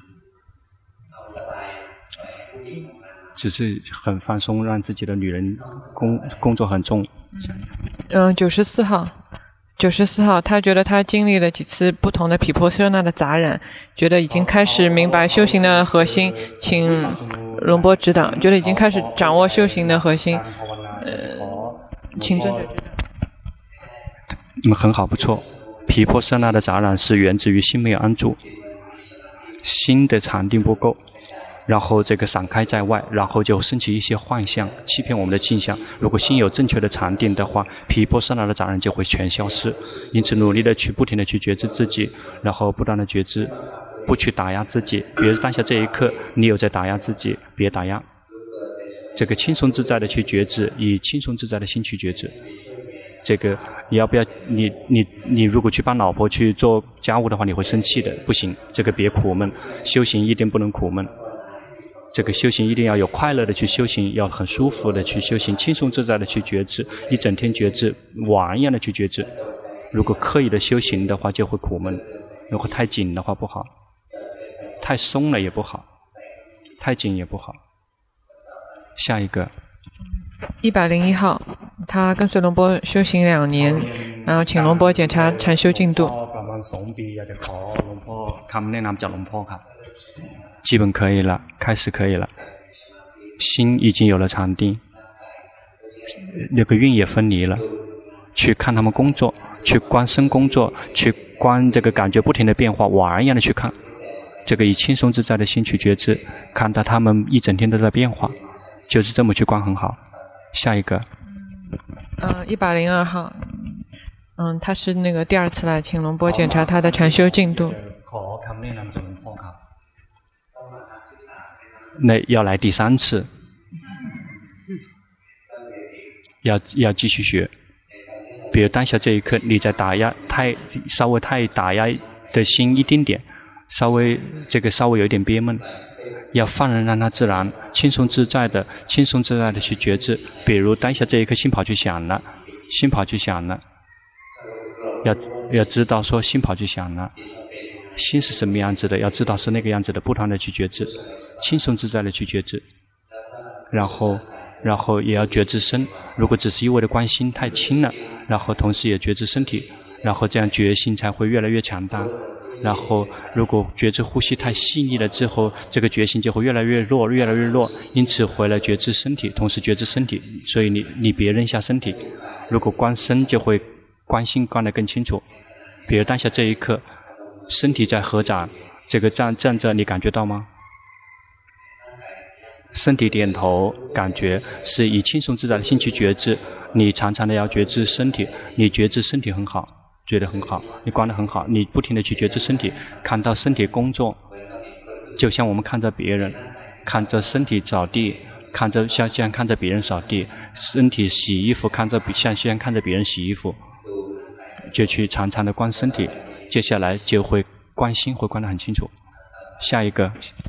只是很放松，让自己的女人工作很重。94号，他觉得他经历了几次不同的毗婆舍那的杂染，觉得已经开始明白修行的核心，请荣波指导，觉得已经开始掌握修行的核心，请尊者指导。很好，不错。毗婆舍那的杂染是源自于心没有安住，心的禅定不够，然后这个散开在外，然后就升起一些幻象，欺骗我们的镜像。如果心有正确的禅定的话，毗婆舍那的杂染就会全消失。因此努力的不停的去觉知自己，然后不断的觉知，不去打压自己。比如当下这一刻你有在打压自己，别打压，这个轻松自在的去觉知，以轻松自在的心去觉知。这个你要不要你如果去帮老婆去做家务的话，你会生气的，不行，这个别苦闷，修行一定不能苦闷。这个修行一定要有快乐的去修行，要很舒服的去修行，轻松自在的去觉知，一整天觉知，玩一样的去觉知。如果刻意的修行的话就会苦闷，如果太紧的话不好，太松了也不好，太紧也不好。下一个101号， 他跟随龙波修行2年，然后请龙波检查禅修进度。 基本可以了，开始可以了，心已经有了禅定，那个运也分离了，去看他们工作，去观身工作，去观这个感觉不停的变化，玩一样的去看，这个以轻松自在的心去觉知，看到他们一整天都在变化，就是这么去观很好。下一个 102号，他是那个第2次来请龙波检查他的禅修进度。 那要来第3次，要继续学。比如当下这一刻，你在打压稍微太打压的心一丁点，稍微有点憋闷，要放任让它自然，轻松自在的去觉知。比如当下这一刻，心跑去想了，要知道说心跑去想了，心是什么样子的，要知道是那个样子的，不断的去觉知，轻松自在的去觉知，然后也要觉知身。如果只是一味的观心太轻了，然后同时也觉知身体，然后这样觉性才会越来越强大。然后如果觉知呼吸太细腻了之后，这个觉性就会越来越弱。因此回来觉知身体，同时觉知身体。所以你别扔下身体。如果观身就会观心观得更清楚。比如当下这一刻，身体在合掌，这个站着你感觉到吗？身体点头，感觉是以轻松自在的心去觉知。你常常的要觉知身体，你觉知身体很好，觉得很好，你观得很好，你不停的去觉知身体，看到身体工作，就像我们看着别人，看着身体扫地，像看着别人扫地，身体洗衣服，像看着别人洗衣服，就去常常的观身体，接下来就会观心，会观得很清楚。下一个。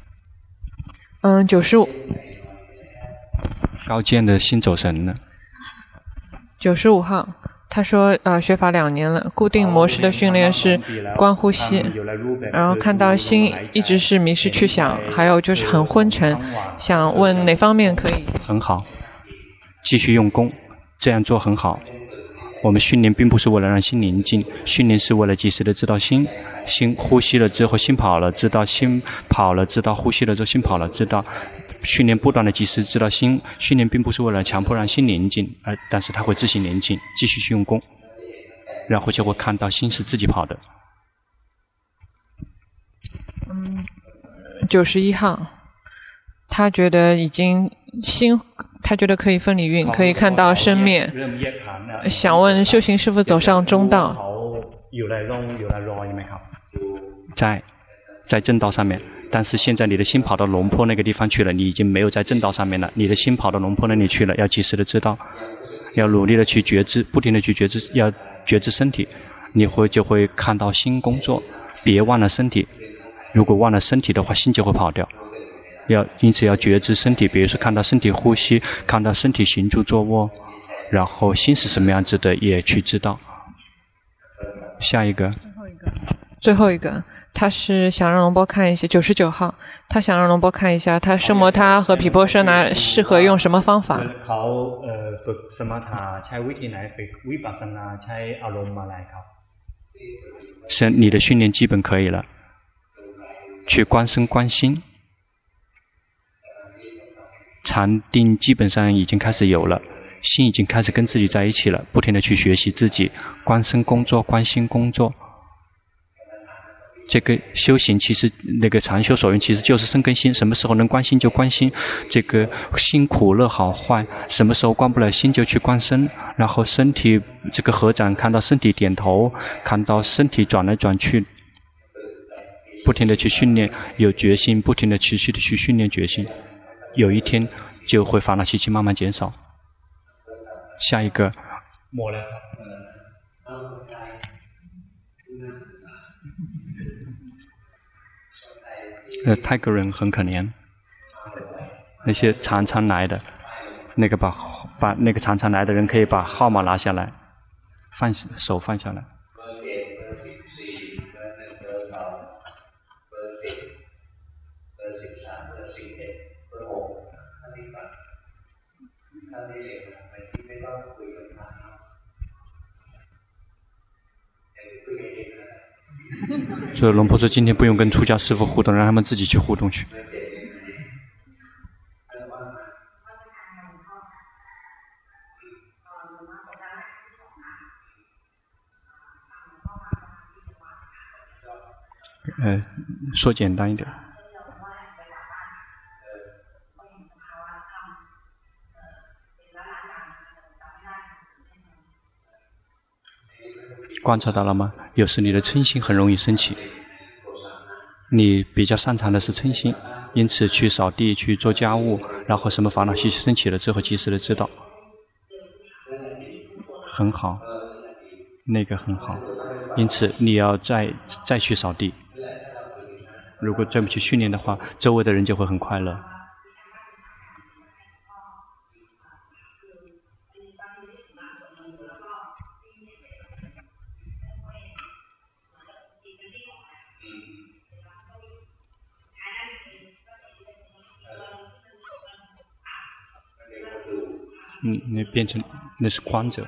95 高见的心走神了。 95号，他说学法2年了，固定模式的训练是观呼吸，然后看到心一直是迷失去想，还有就是很昏沉，想问哪方面可以？ 很好，继续用功，这样做很好。我们训练并不是为了让心宁静，训练是为了及时的知道心呼吸了之后心跑了，知道心跑了，知道呼吸了之后心跑了，知道训练不断的及时知道心。训练并不是为了强迫让心宁静，但是它会自行宁静，继续去用功，然后就会看到心是自己跑的。 91号，他觉得已经他觉得可以分离运，可以看到生灭，想问修行是否走上中道？在正道上面，但是现在你的心跑到龙坡那个地方去了，你已经没有在正道上面了，你的心跑到龙坡那里去了，要及时的知道，要努力的去觉知，不停的去觉知，要觉知身体，就会看到心工作，别忘了身体，如果忘了身体的话，心就会跑掉。因此要觉知身体，比如说看到身体呼吸，看到身体行住坐卧，然后心是什么样子的也去知道。下一个，最后一个，他是想让龙波看一下99号，他想让龙波看一下他圣摩他和毗婆舍那适合用什么方法。 你的训练基本可以了，去观身观心。禅定基本上已经开始有了，心已经开始跟自己在一起了，不停的去学习自己，观身工作，观心工作。这个修行其实那个禅修所用其实就是身跟心，什么时候能观心就观心，这个心苦乐好坏，什么时候观不了心就去观身，然后身体这个合掌，看到身体点头，看到身体转来转去，不停的去训练有决心，不停的持续的去训练决心，有一天就会烦恼习气慢慢减少。下一个，泰国人很可怜，那些常常来的，那个把那个常常来的人可以把号码拿下来，手放下来。 所以龙婆说今天不用跟出家师父互动，让他们自己去互动去。说简单一点。观察到了吗？有时你的嗔心很容易升起，你比较擅长的是嗔心，因此去扫地、去做家务，然后什么烦恼习升起了之后，及时的知道，很好，那个很好。因此你要再去扫地。如果这么去训练的话，周围的人就会很快乐。那变成那是观者。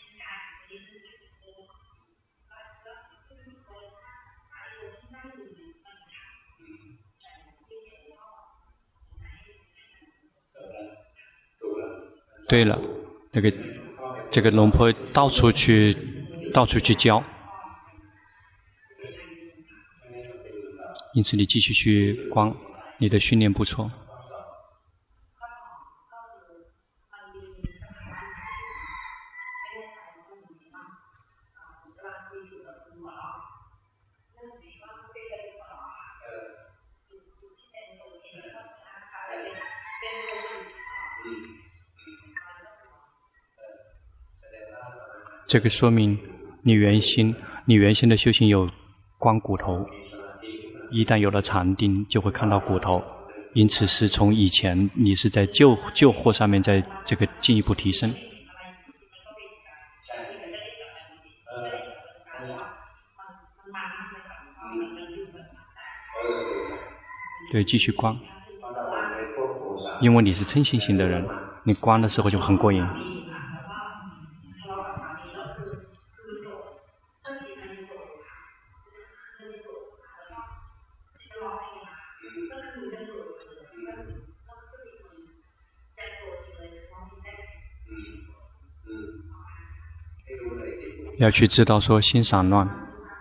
对了，这个龙婆到处去教，因此你继续去观，你的训练不错。这个说明你原先的修行有观骨头，一旦有了禅定，就会看到骨头。因此是从以前你是在旧货上面，在这个进一步提升。对，继续观，因为你是嗔心型的人，你观的时候就很过瘾。要去知道说心散乱，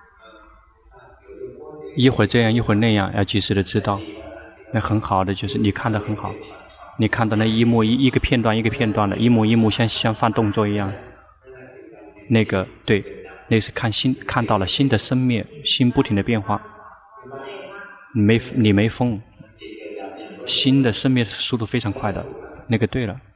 一会儿这样一会儿那样，要及时的知道。那很好的就是你看得很好，你看到那一个片段一个片段的，一幕像放动作一样。那个对，那是看到了心的生灭，心不停的变化。你没疯，心的生灭速度非常快的，那个对了。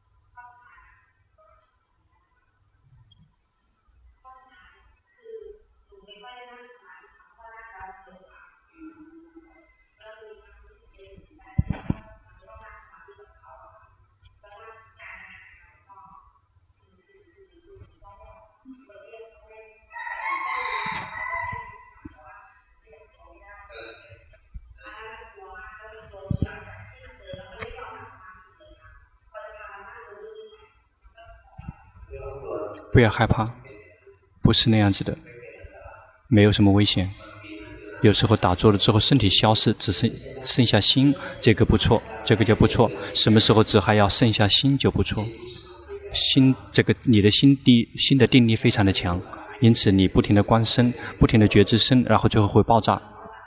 不要害怕，不是那样子的，没有什么危险。有时候打坐了之后身体消失，只剩下心，这个不错，这个就不错。什么时候只还要剩下心就不错。心这个你的心的定力非常的强，因此你不停的观身，不停的觉知身，然后最后会爆炸。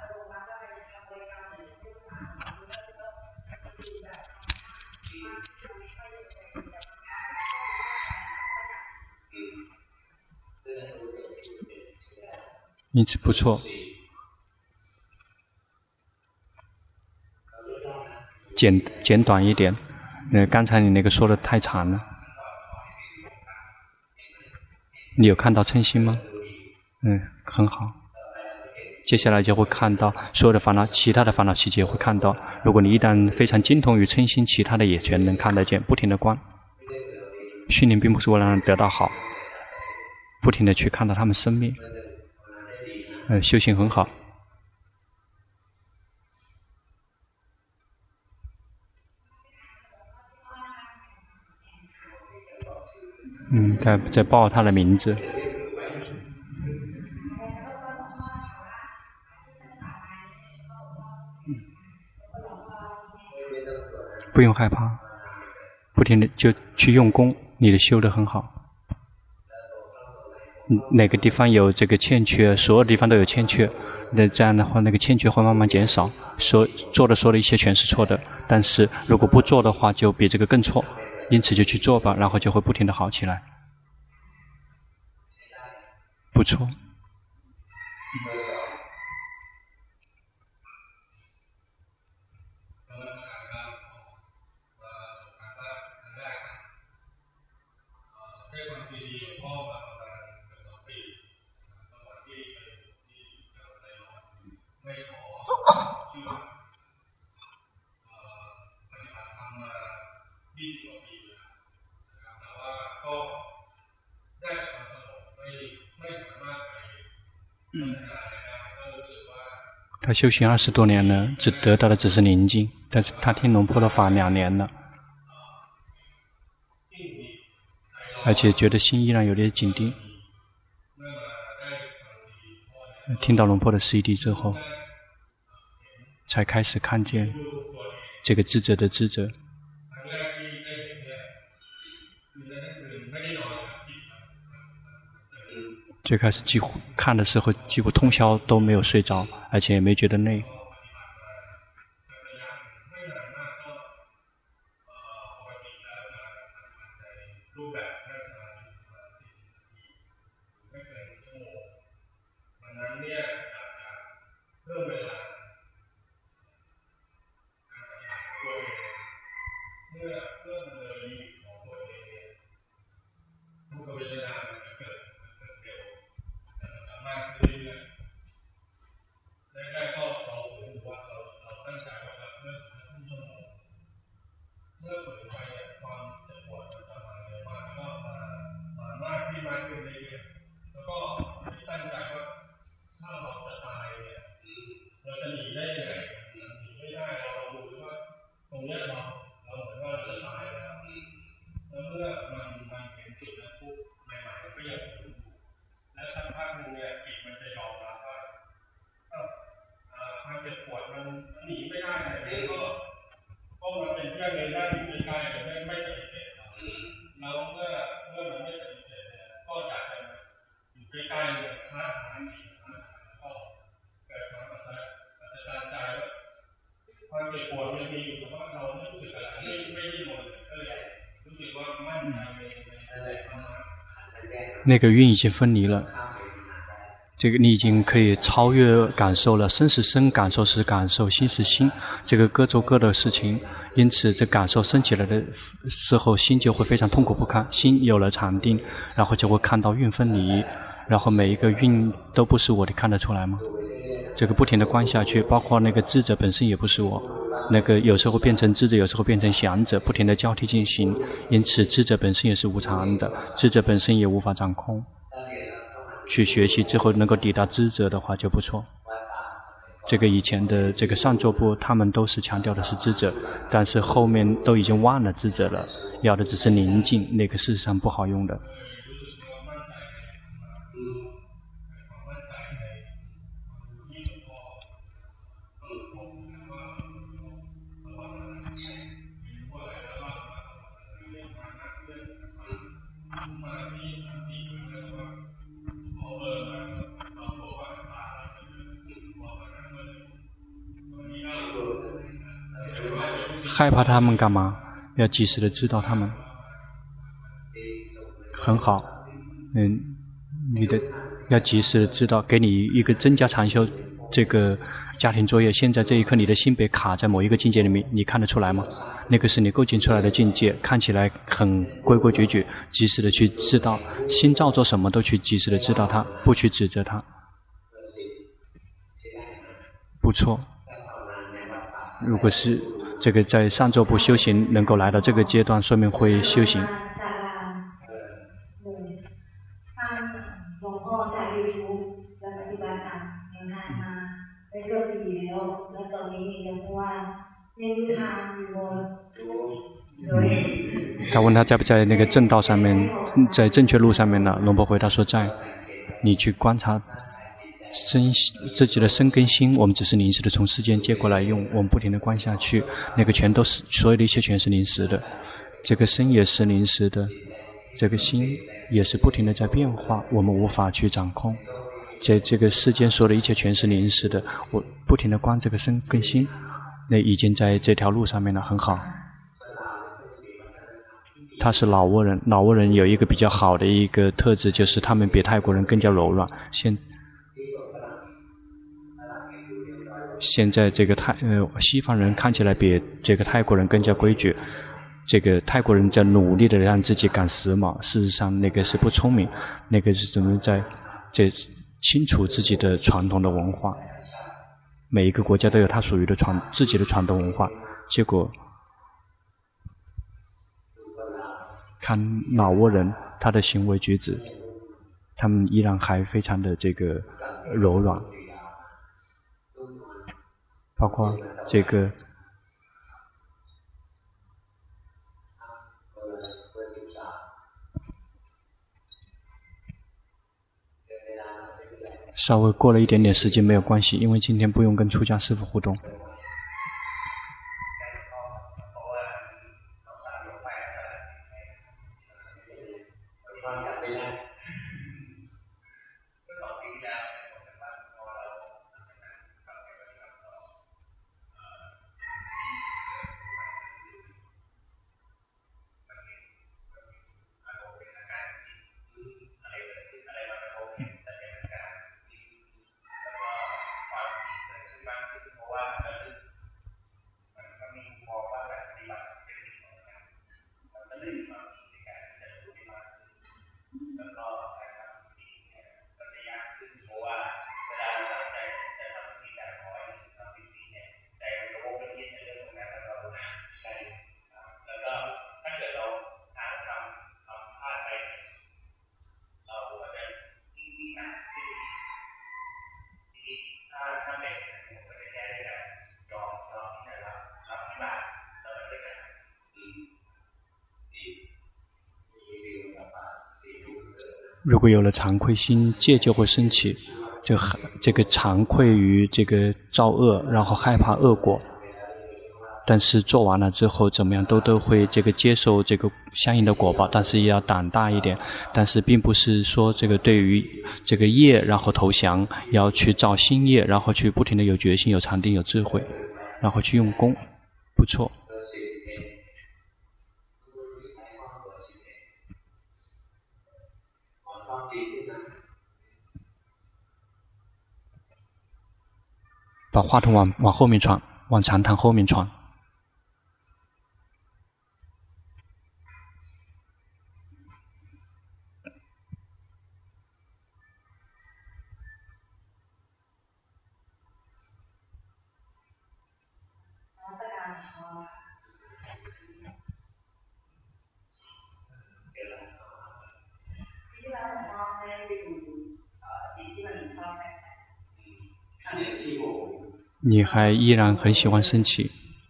因此不错。简短一点。刚才你那个说的太长了。你有看到嗔心吗？很好。接下来就会看到所有的烦恼，其他的烦恼细节会看到。如果你一旦非常精通于嗔心，其他的也全能看得见，不停的观。训练并不是为了让人得到好，不停的去看到他们生灭。修行很好。在报他的名字。 不用害怕，不停的就去用功，你的修得很好。哪个地方有这个欠缺，所有地方都有欠缺，那这样的话，那个欠缺会慢慢减少。做的一切全是错的，但是如果不做的话，就比这个更错。因此就去做吧，然后就会不停的好起来。不错。他修行20多年了，只得到的只是宁静，但是他听龙婆的法2年了，而且觉得心依然有点紧盯。听到龙婆的CD之后，才开始看见这个智者的智者。最开始几乎看的时候，几乎通宵都没有睡着，而且也没觉得累。那个晕已经分离了，这个你已经可以超越感受了。身是身，感受是感受，心是心，这个各做各的事情。因此，这感受升起来的时候，心就会非常痛苦不堪。心有了禅定，然后就会看到晕分离，然后每一个晕都不是我，你看得出来吗？这个不停地观下去，包括那个智者本身也不是我。那个有时候变成智者，有时候变成想者，不停地交替进行。因此，智者本身也是无常的，智者本身也无法掌控。去学习之后能够抵达智者的话就不错。这个以前的这个上座部，他们都是强调的是智者，但是后面都已经忘了智者了，要的只是宁静，那个事实上不好用的。害怕他们干嘛？要及时的知道他们。很好，你的要及时的知道，给你一个增加禅修这个家庭作业。现在这一刻，你的心被卡在某一个境界里面，你看得出来吗？那个是你构建出来的境界，看起来很规规矩矩，及时的去知道，心照做什么都去及时的知道它，不去指责它。不错。如果是这个在上座部修行能够来到这个阶段，说明会修行。他问他在不在那个正道上面，在正确路上面呢？龙婆回答说在。你去观察自己的身跟心，我们只是临时的从世间接过来用，我们不停的观下去，那个全都是所有的一切全是临时的，这个身也是临时的，这个心也是不停的在变化，我们无法去掌控。这个世间所有的一切全是临时的，我不停的观这个身跟心，那已经在这条路上面了，很好。他是老挝人，老挝人有一个比较好的一个特质，就是他们比泰国人更加柔软。现在这个西方人看起来比这个泰国人更加规矩，这个泰国人在努力的让自己赶时髦，事实上那个是不聪明，那个是怎么在清楚自己的传统的文化。每一个国家都有它属于的自己的传统文化，结果看老挝人他的行为举止，他们依然还非常的这个柔软，包括这个稍微过了一点点时间没有关系，因为今天不用跟出家师父互动。如果有了惭愧心，戒就会升起，这个惭愧于这个造恶，然后害怕恶果。但是做完了之后怎么样都会这个接受这个相应的果报，但是也要胆大一点。但是并不是说这个对于这个业然后投降，要去造新业，然后去不停的有决心、有禅定、有智慧，然后去用功，不错。把话筒往后面传，往禅堂后面传。你还依然很喜欢生气，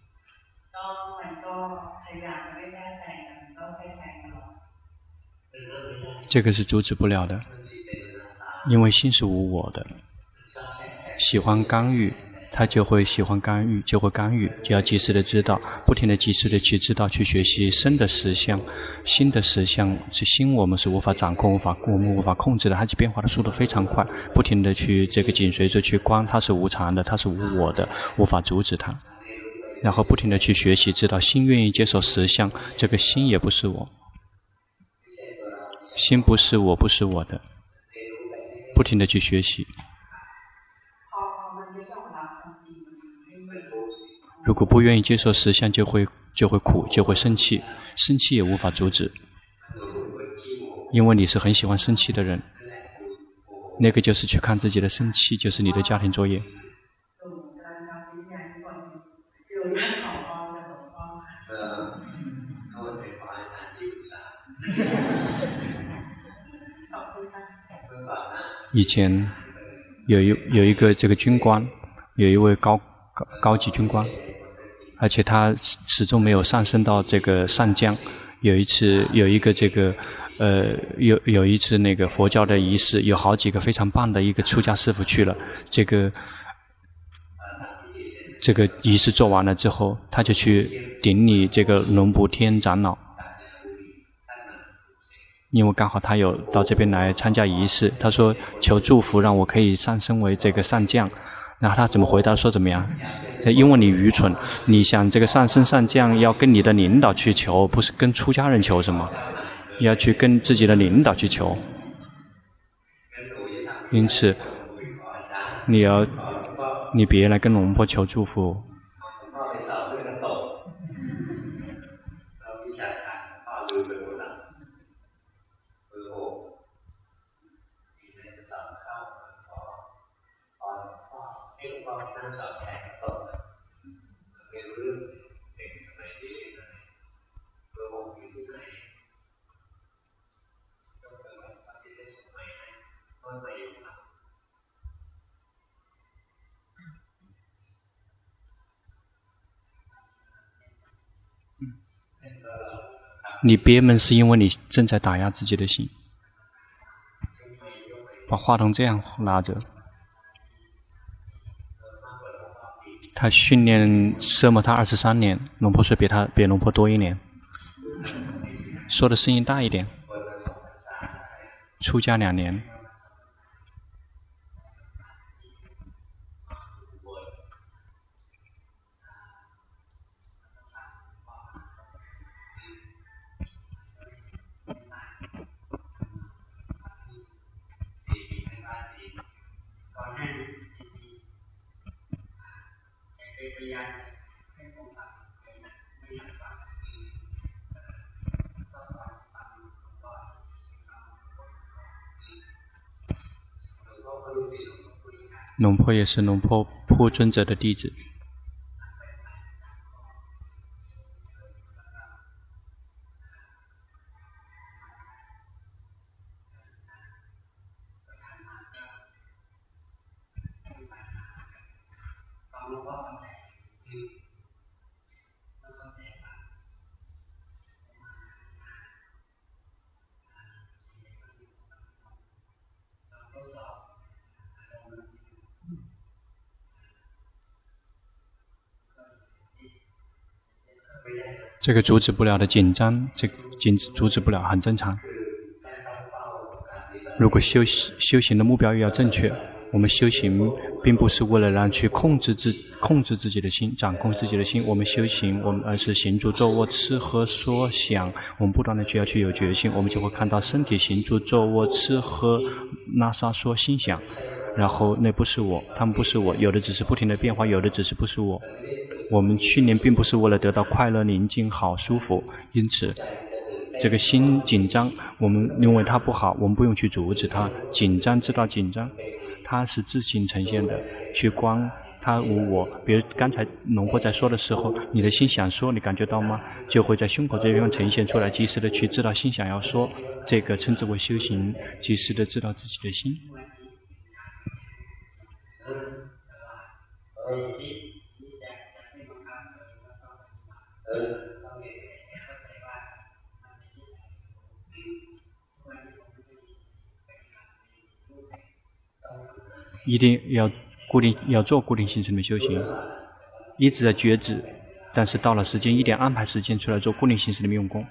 这个是阻止不了的，因为心是无我的，喜欢干预，他就会喜欢干预，就会干预，就要及时的知道，不停的及时的去知道，去学习身的实相、心的实相。是心我们是无法掌控、我们无法控制的，它变化的速度非常快，不停的去这个紧随着去观，它是无常的，它是无我的，无法阻止它。然后不停的去学习，知道心愿意接受实相，这个心也不是我，心不是我，不是我的，不停的去学习。如果不愿意接受实相，就会苦，就会生气，生气也无法阻止，因为你是很喜欢生气的人，那个就是去看自己的生气，就是你的家庭作业。以前有一个这个军官，有一位高级军官，而且他始终没有上升到这个上将， 有一次有一个这个有一次那个佛教的仪式，有好几个非常棒的一个出家师父去了。这个仪式做完了之后，他就去顶礼这个龙普天长老，因为刚好他有到这边来参加仪式，他说求祝福让我可以上升为这个上将。然后他怎么回答？说怎么样？因为你愚蠢，你想这个上升上将要跟你的领导去求，不是跟出家人求什么，要去跟自己的领导去求。因此，你别来跟龙婆求祝福。你憋闷是因为你正在打压自己的心。把话筒这样拉着。他训练奢摩他23年，龙婆说比龙婆多1年。说的声音大一点。出家2年。龙婆也是龙婆普尊者的弟子。这个阻止不了的紧张，这阻止不了，很正常。如果修行的目标要正确，我们修行并不是为了让去控制自己的心，掌控自己的心。我们修行，而是行住坐卧吃喝说想，我们不断的要去有决心，我们就会看到身体行住坐卧吃喝拉撒说心想，然后那不是我，他们不是我，有的只是不停的变化，有的只是不是我。我们训练并不是为了得到快乐、宁静、好、舒服，因此这个心紧张，我们认为它不好，我们不用去阻止它。紧张知道紧张，它是自行呈现的，去观它无我。比如刚才龙婆在说的时候，你的心想说，你感觉到吗？就会在胸口这地方呈现出来，及时的去知道心想要说，这个称之为修行，及时的知道自己的心。一定要做固定形成的修行，一直在觉知，但是到了时间一定要安排时间出来做固定形式的用功。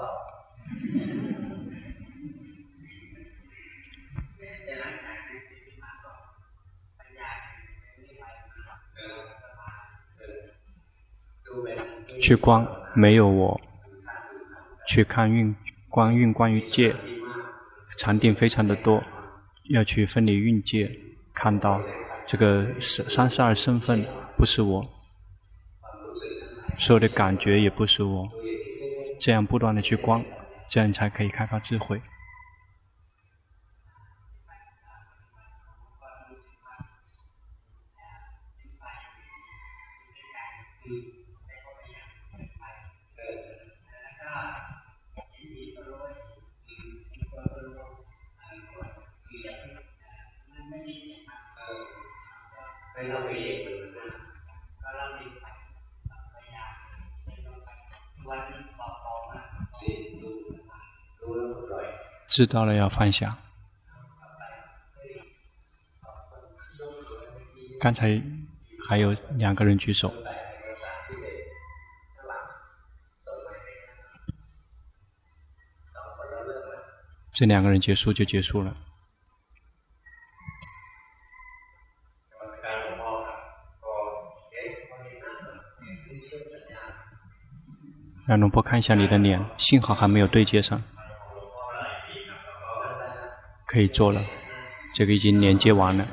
去观没有我，去看观运观于界，禅定非常的多，要去分离运界，看到这个32身份不是我，所有的感觉也不是我，这样不断的去观，这样才可以开发智慧。知道了要放下。刚才还有2个人举手。这2个人结束就结束了。让龙婆看一下你的脸，幸好还没有对接上。可以做了，这个已经连接完了。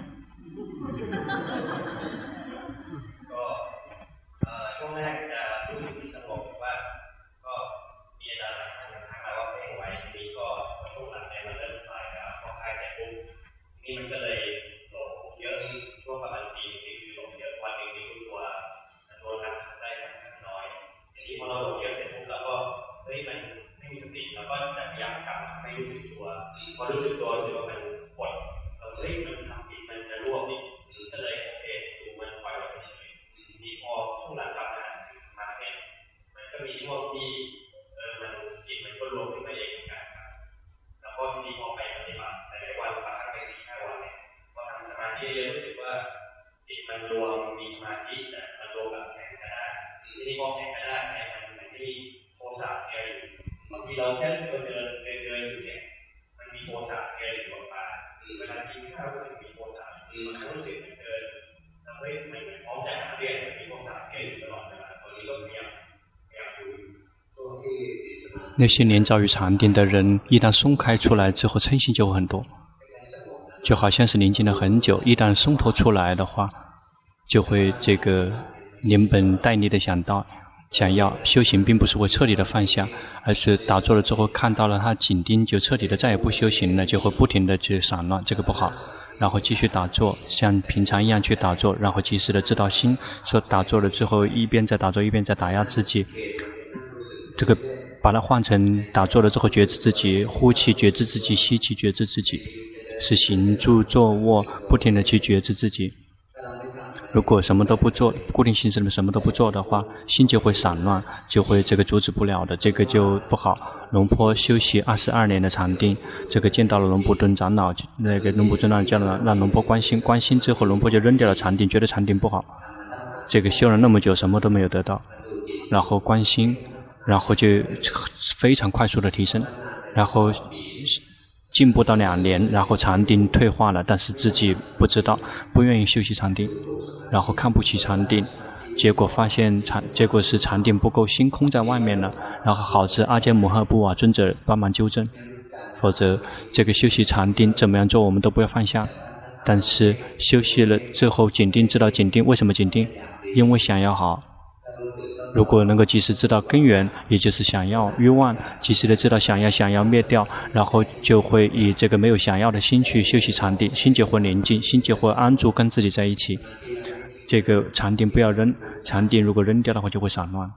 那些连遭于禅定的人，一旦松开出来之后，嗔心就会很多，就好像是宁静了很久，一旦松脱出来的话，就会这个连本带利的想要修行，并不是会彻底的放下，而是打坐了之后看到了他紧盯，就彻底的再也不修行了，就会不停的去散乱，这个不好。然后继续打坐，像平常一样去打坐，然后及时的知道心，说打坐了之后一边在打坐一边在打压自己，这个把它换成打坐了之后觉知自己，呼气觉知自己，吸气觉知自己，是行住坐卧不停的去觉知自己。如果什么都不做，固定形式里面什么都不做的话，心就会散乱，就会这个阻止不了的，这个就不好。龙坡修习22年的禅定，这个见到了龙普顿长老，那个龙普顿长老叫了让龙坡关心之后，龙坡就扔掉了禅定，觉得禅定不好。这个修了那么久，什么都没有得到，然后关心，然后就非常快速的提升，然后进步到2年，然后禅定退化了，但是自己不知道，不愿意修习禅定，然后看不起禅定，结果发现结果是禅定不够，心空在外面了，然后好知阿坚摩诃布瓦尊者帮忙纠正，否则这个修习禅定怎么样做我们都不要放下。但是休息了之后紧盯，知道紧盯，为什么紧盯？因为想要好。如果能够及时知道根源，也就是想要欲望，及时的知道想要灭掉，然后就会以这个没有想要的心去修习禅定，心就会宁静，心就会安住，跟自己在一起。这个禅定不要扔，禅定如果扔掉的话就会散乱。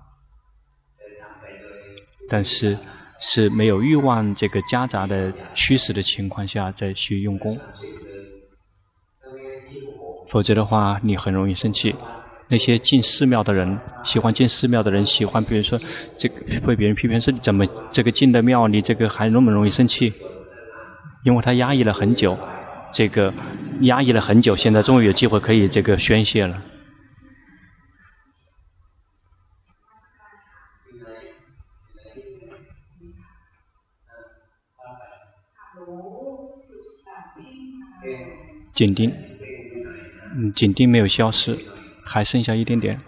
但是是没有欲望这个夹杂的驱使的情况下再去用功，否则的话你很容易生气。那些进寺庙的人，喜欢进寺庙的人，喜欢比如说这个被别人批评说你怎么这个进的庙你这个还那么容易生气，因为他压抑了很久，这个压抑了很久，现在终于有机会可以这个宣泄了。 紧盯，紧盯没有消失，还剩下一点点。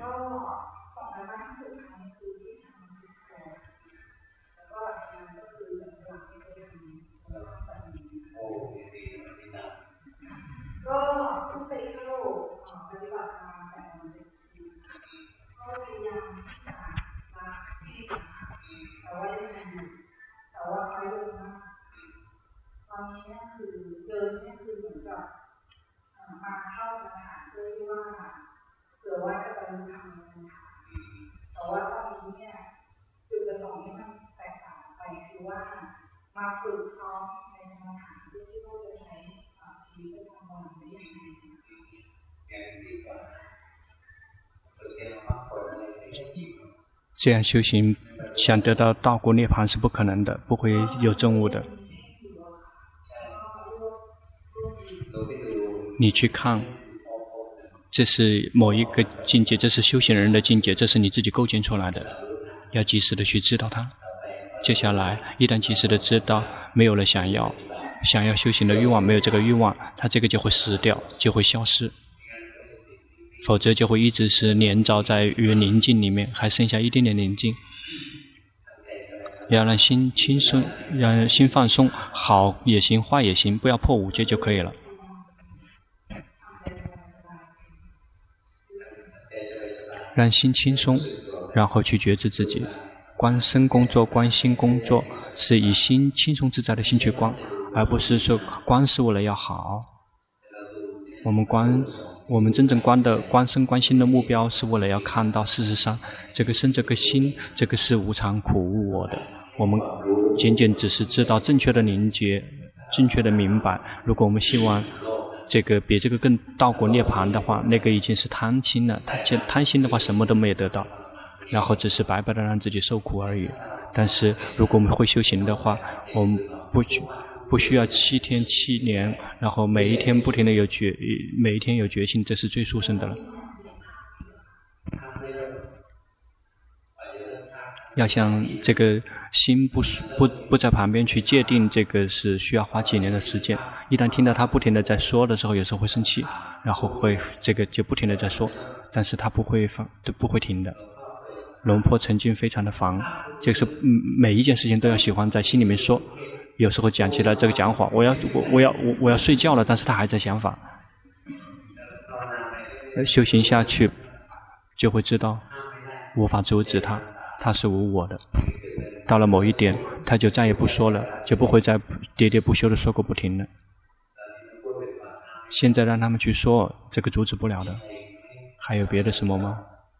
这样修行，想得到道果涅槃是不可能的，不会有证悟的。你去看，这是某一个境界，这是修行人的境界，这是你自己构建出来的，要及时的去知道它。接下来，一旦及时的知道，没有了想要修行的欲望，没有这个欲望，它这个就会死掉，就会消失。否则就会一直是黏着在于宁静里面，还剩下一点点宁静。要让心轻松，让心放松，好也行，坏也行，不要破五戒就可以了。让心轻松，然后去觉知自己。观身工作，观心工作，是以心轻松自在的心去观，而不是说观是为了要好。我们真正观身观心的目标是为了要看到，事实上这个身这个心，这个是无常苦无我的。我们仅仅只是知道正确的凝结，正确的明白。如果我们希望这个比这个更道果涅槃的话，那个已经是贪心了。贪心的话，什么都没有得到，然后只是白白的让自己受苦而已。但是如果我们会修行的话，我们不需要7天7年，然后每一天不停的每一天有决心，这是最殊胜的了。要像这个心不在旁边去界定，这个是需要花几年的时间。一旦听到他不停的在说的时候，有时候会生气，然后会这个就不停的在说，但是他不会停的。龙坡曾经非常的烦，就是每一件事情都要喜欢在心里面说。有时候讲起来这个讲话，我要睡觉了，但是他还在想法。修行下去就会知道无法阻止他，他是无我的。到了某一点，他就再也不说了，就不会再喋喋不休的说个不停了。现在让他们去说，这个阻止不了的。还有别的什么吗？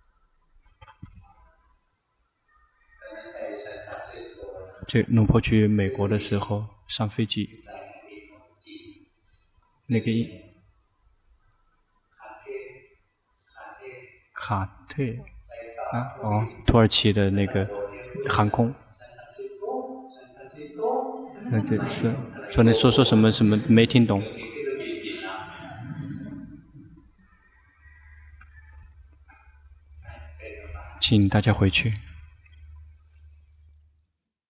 这龙坡去美国的时候上飞机，那个卡特土耳其的那个航空，那这是说你说什么没听懂，请大家回去。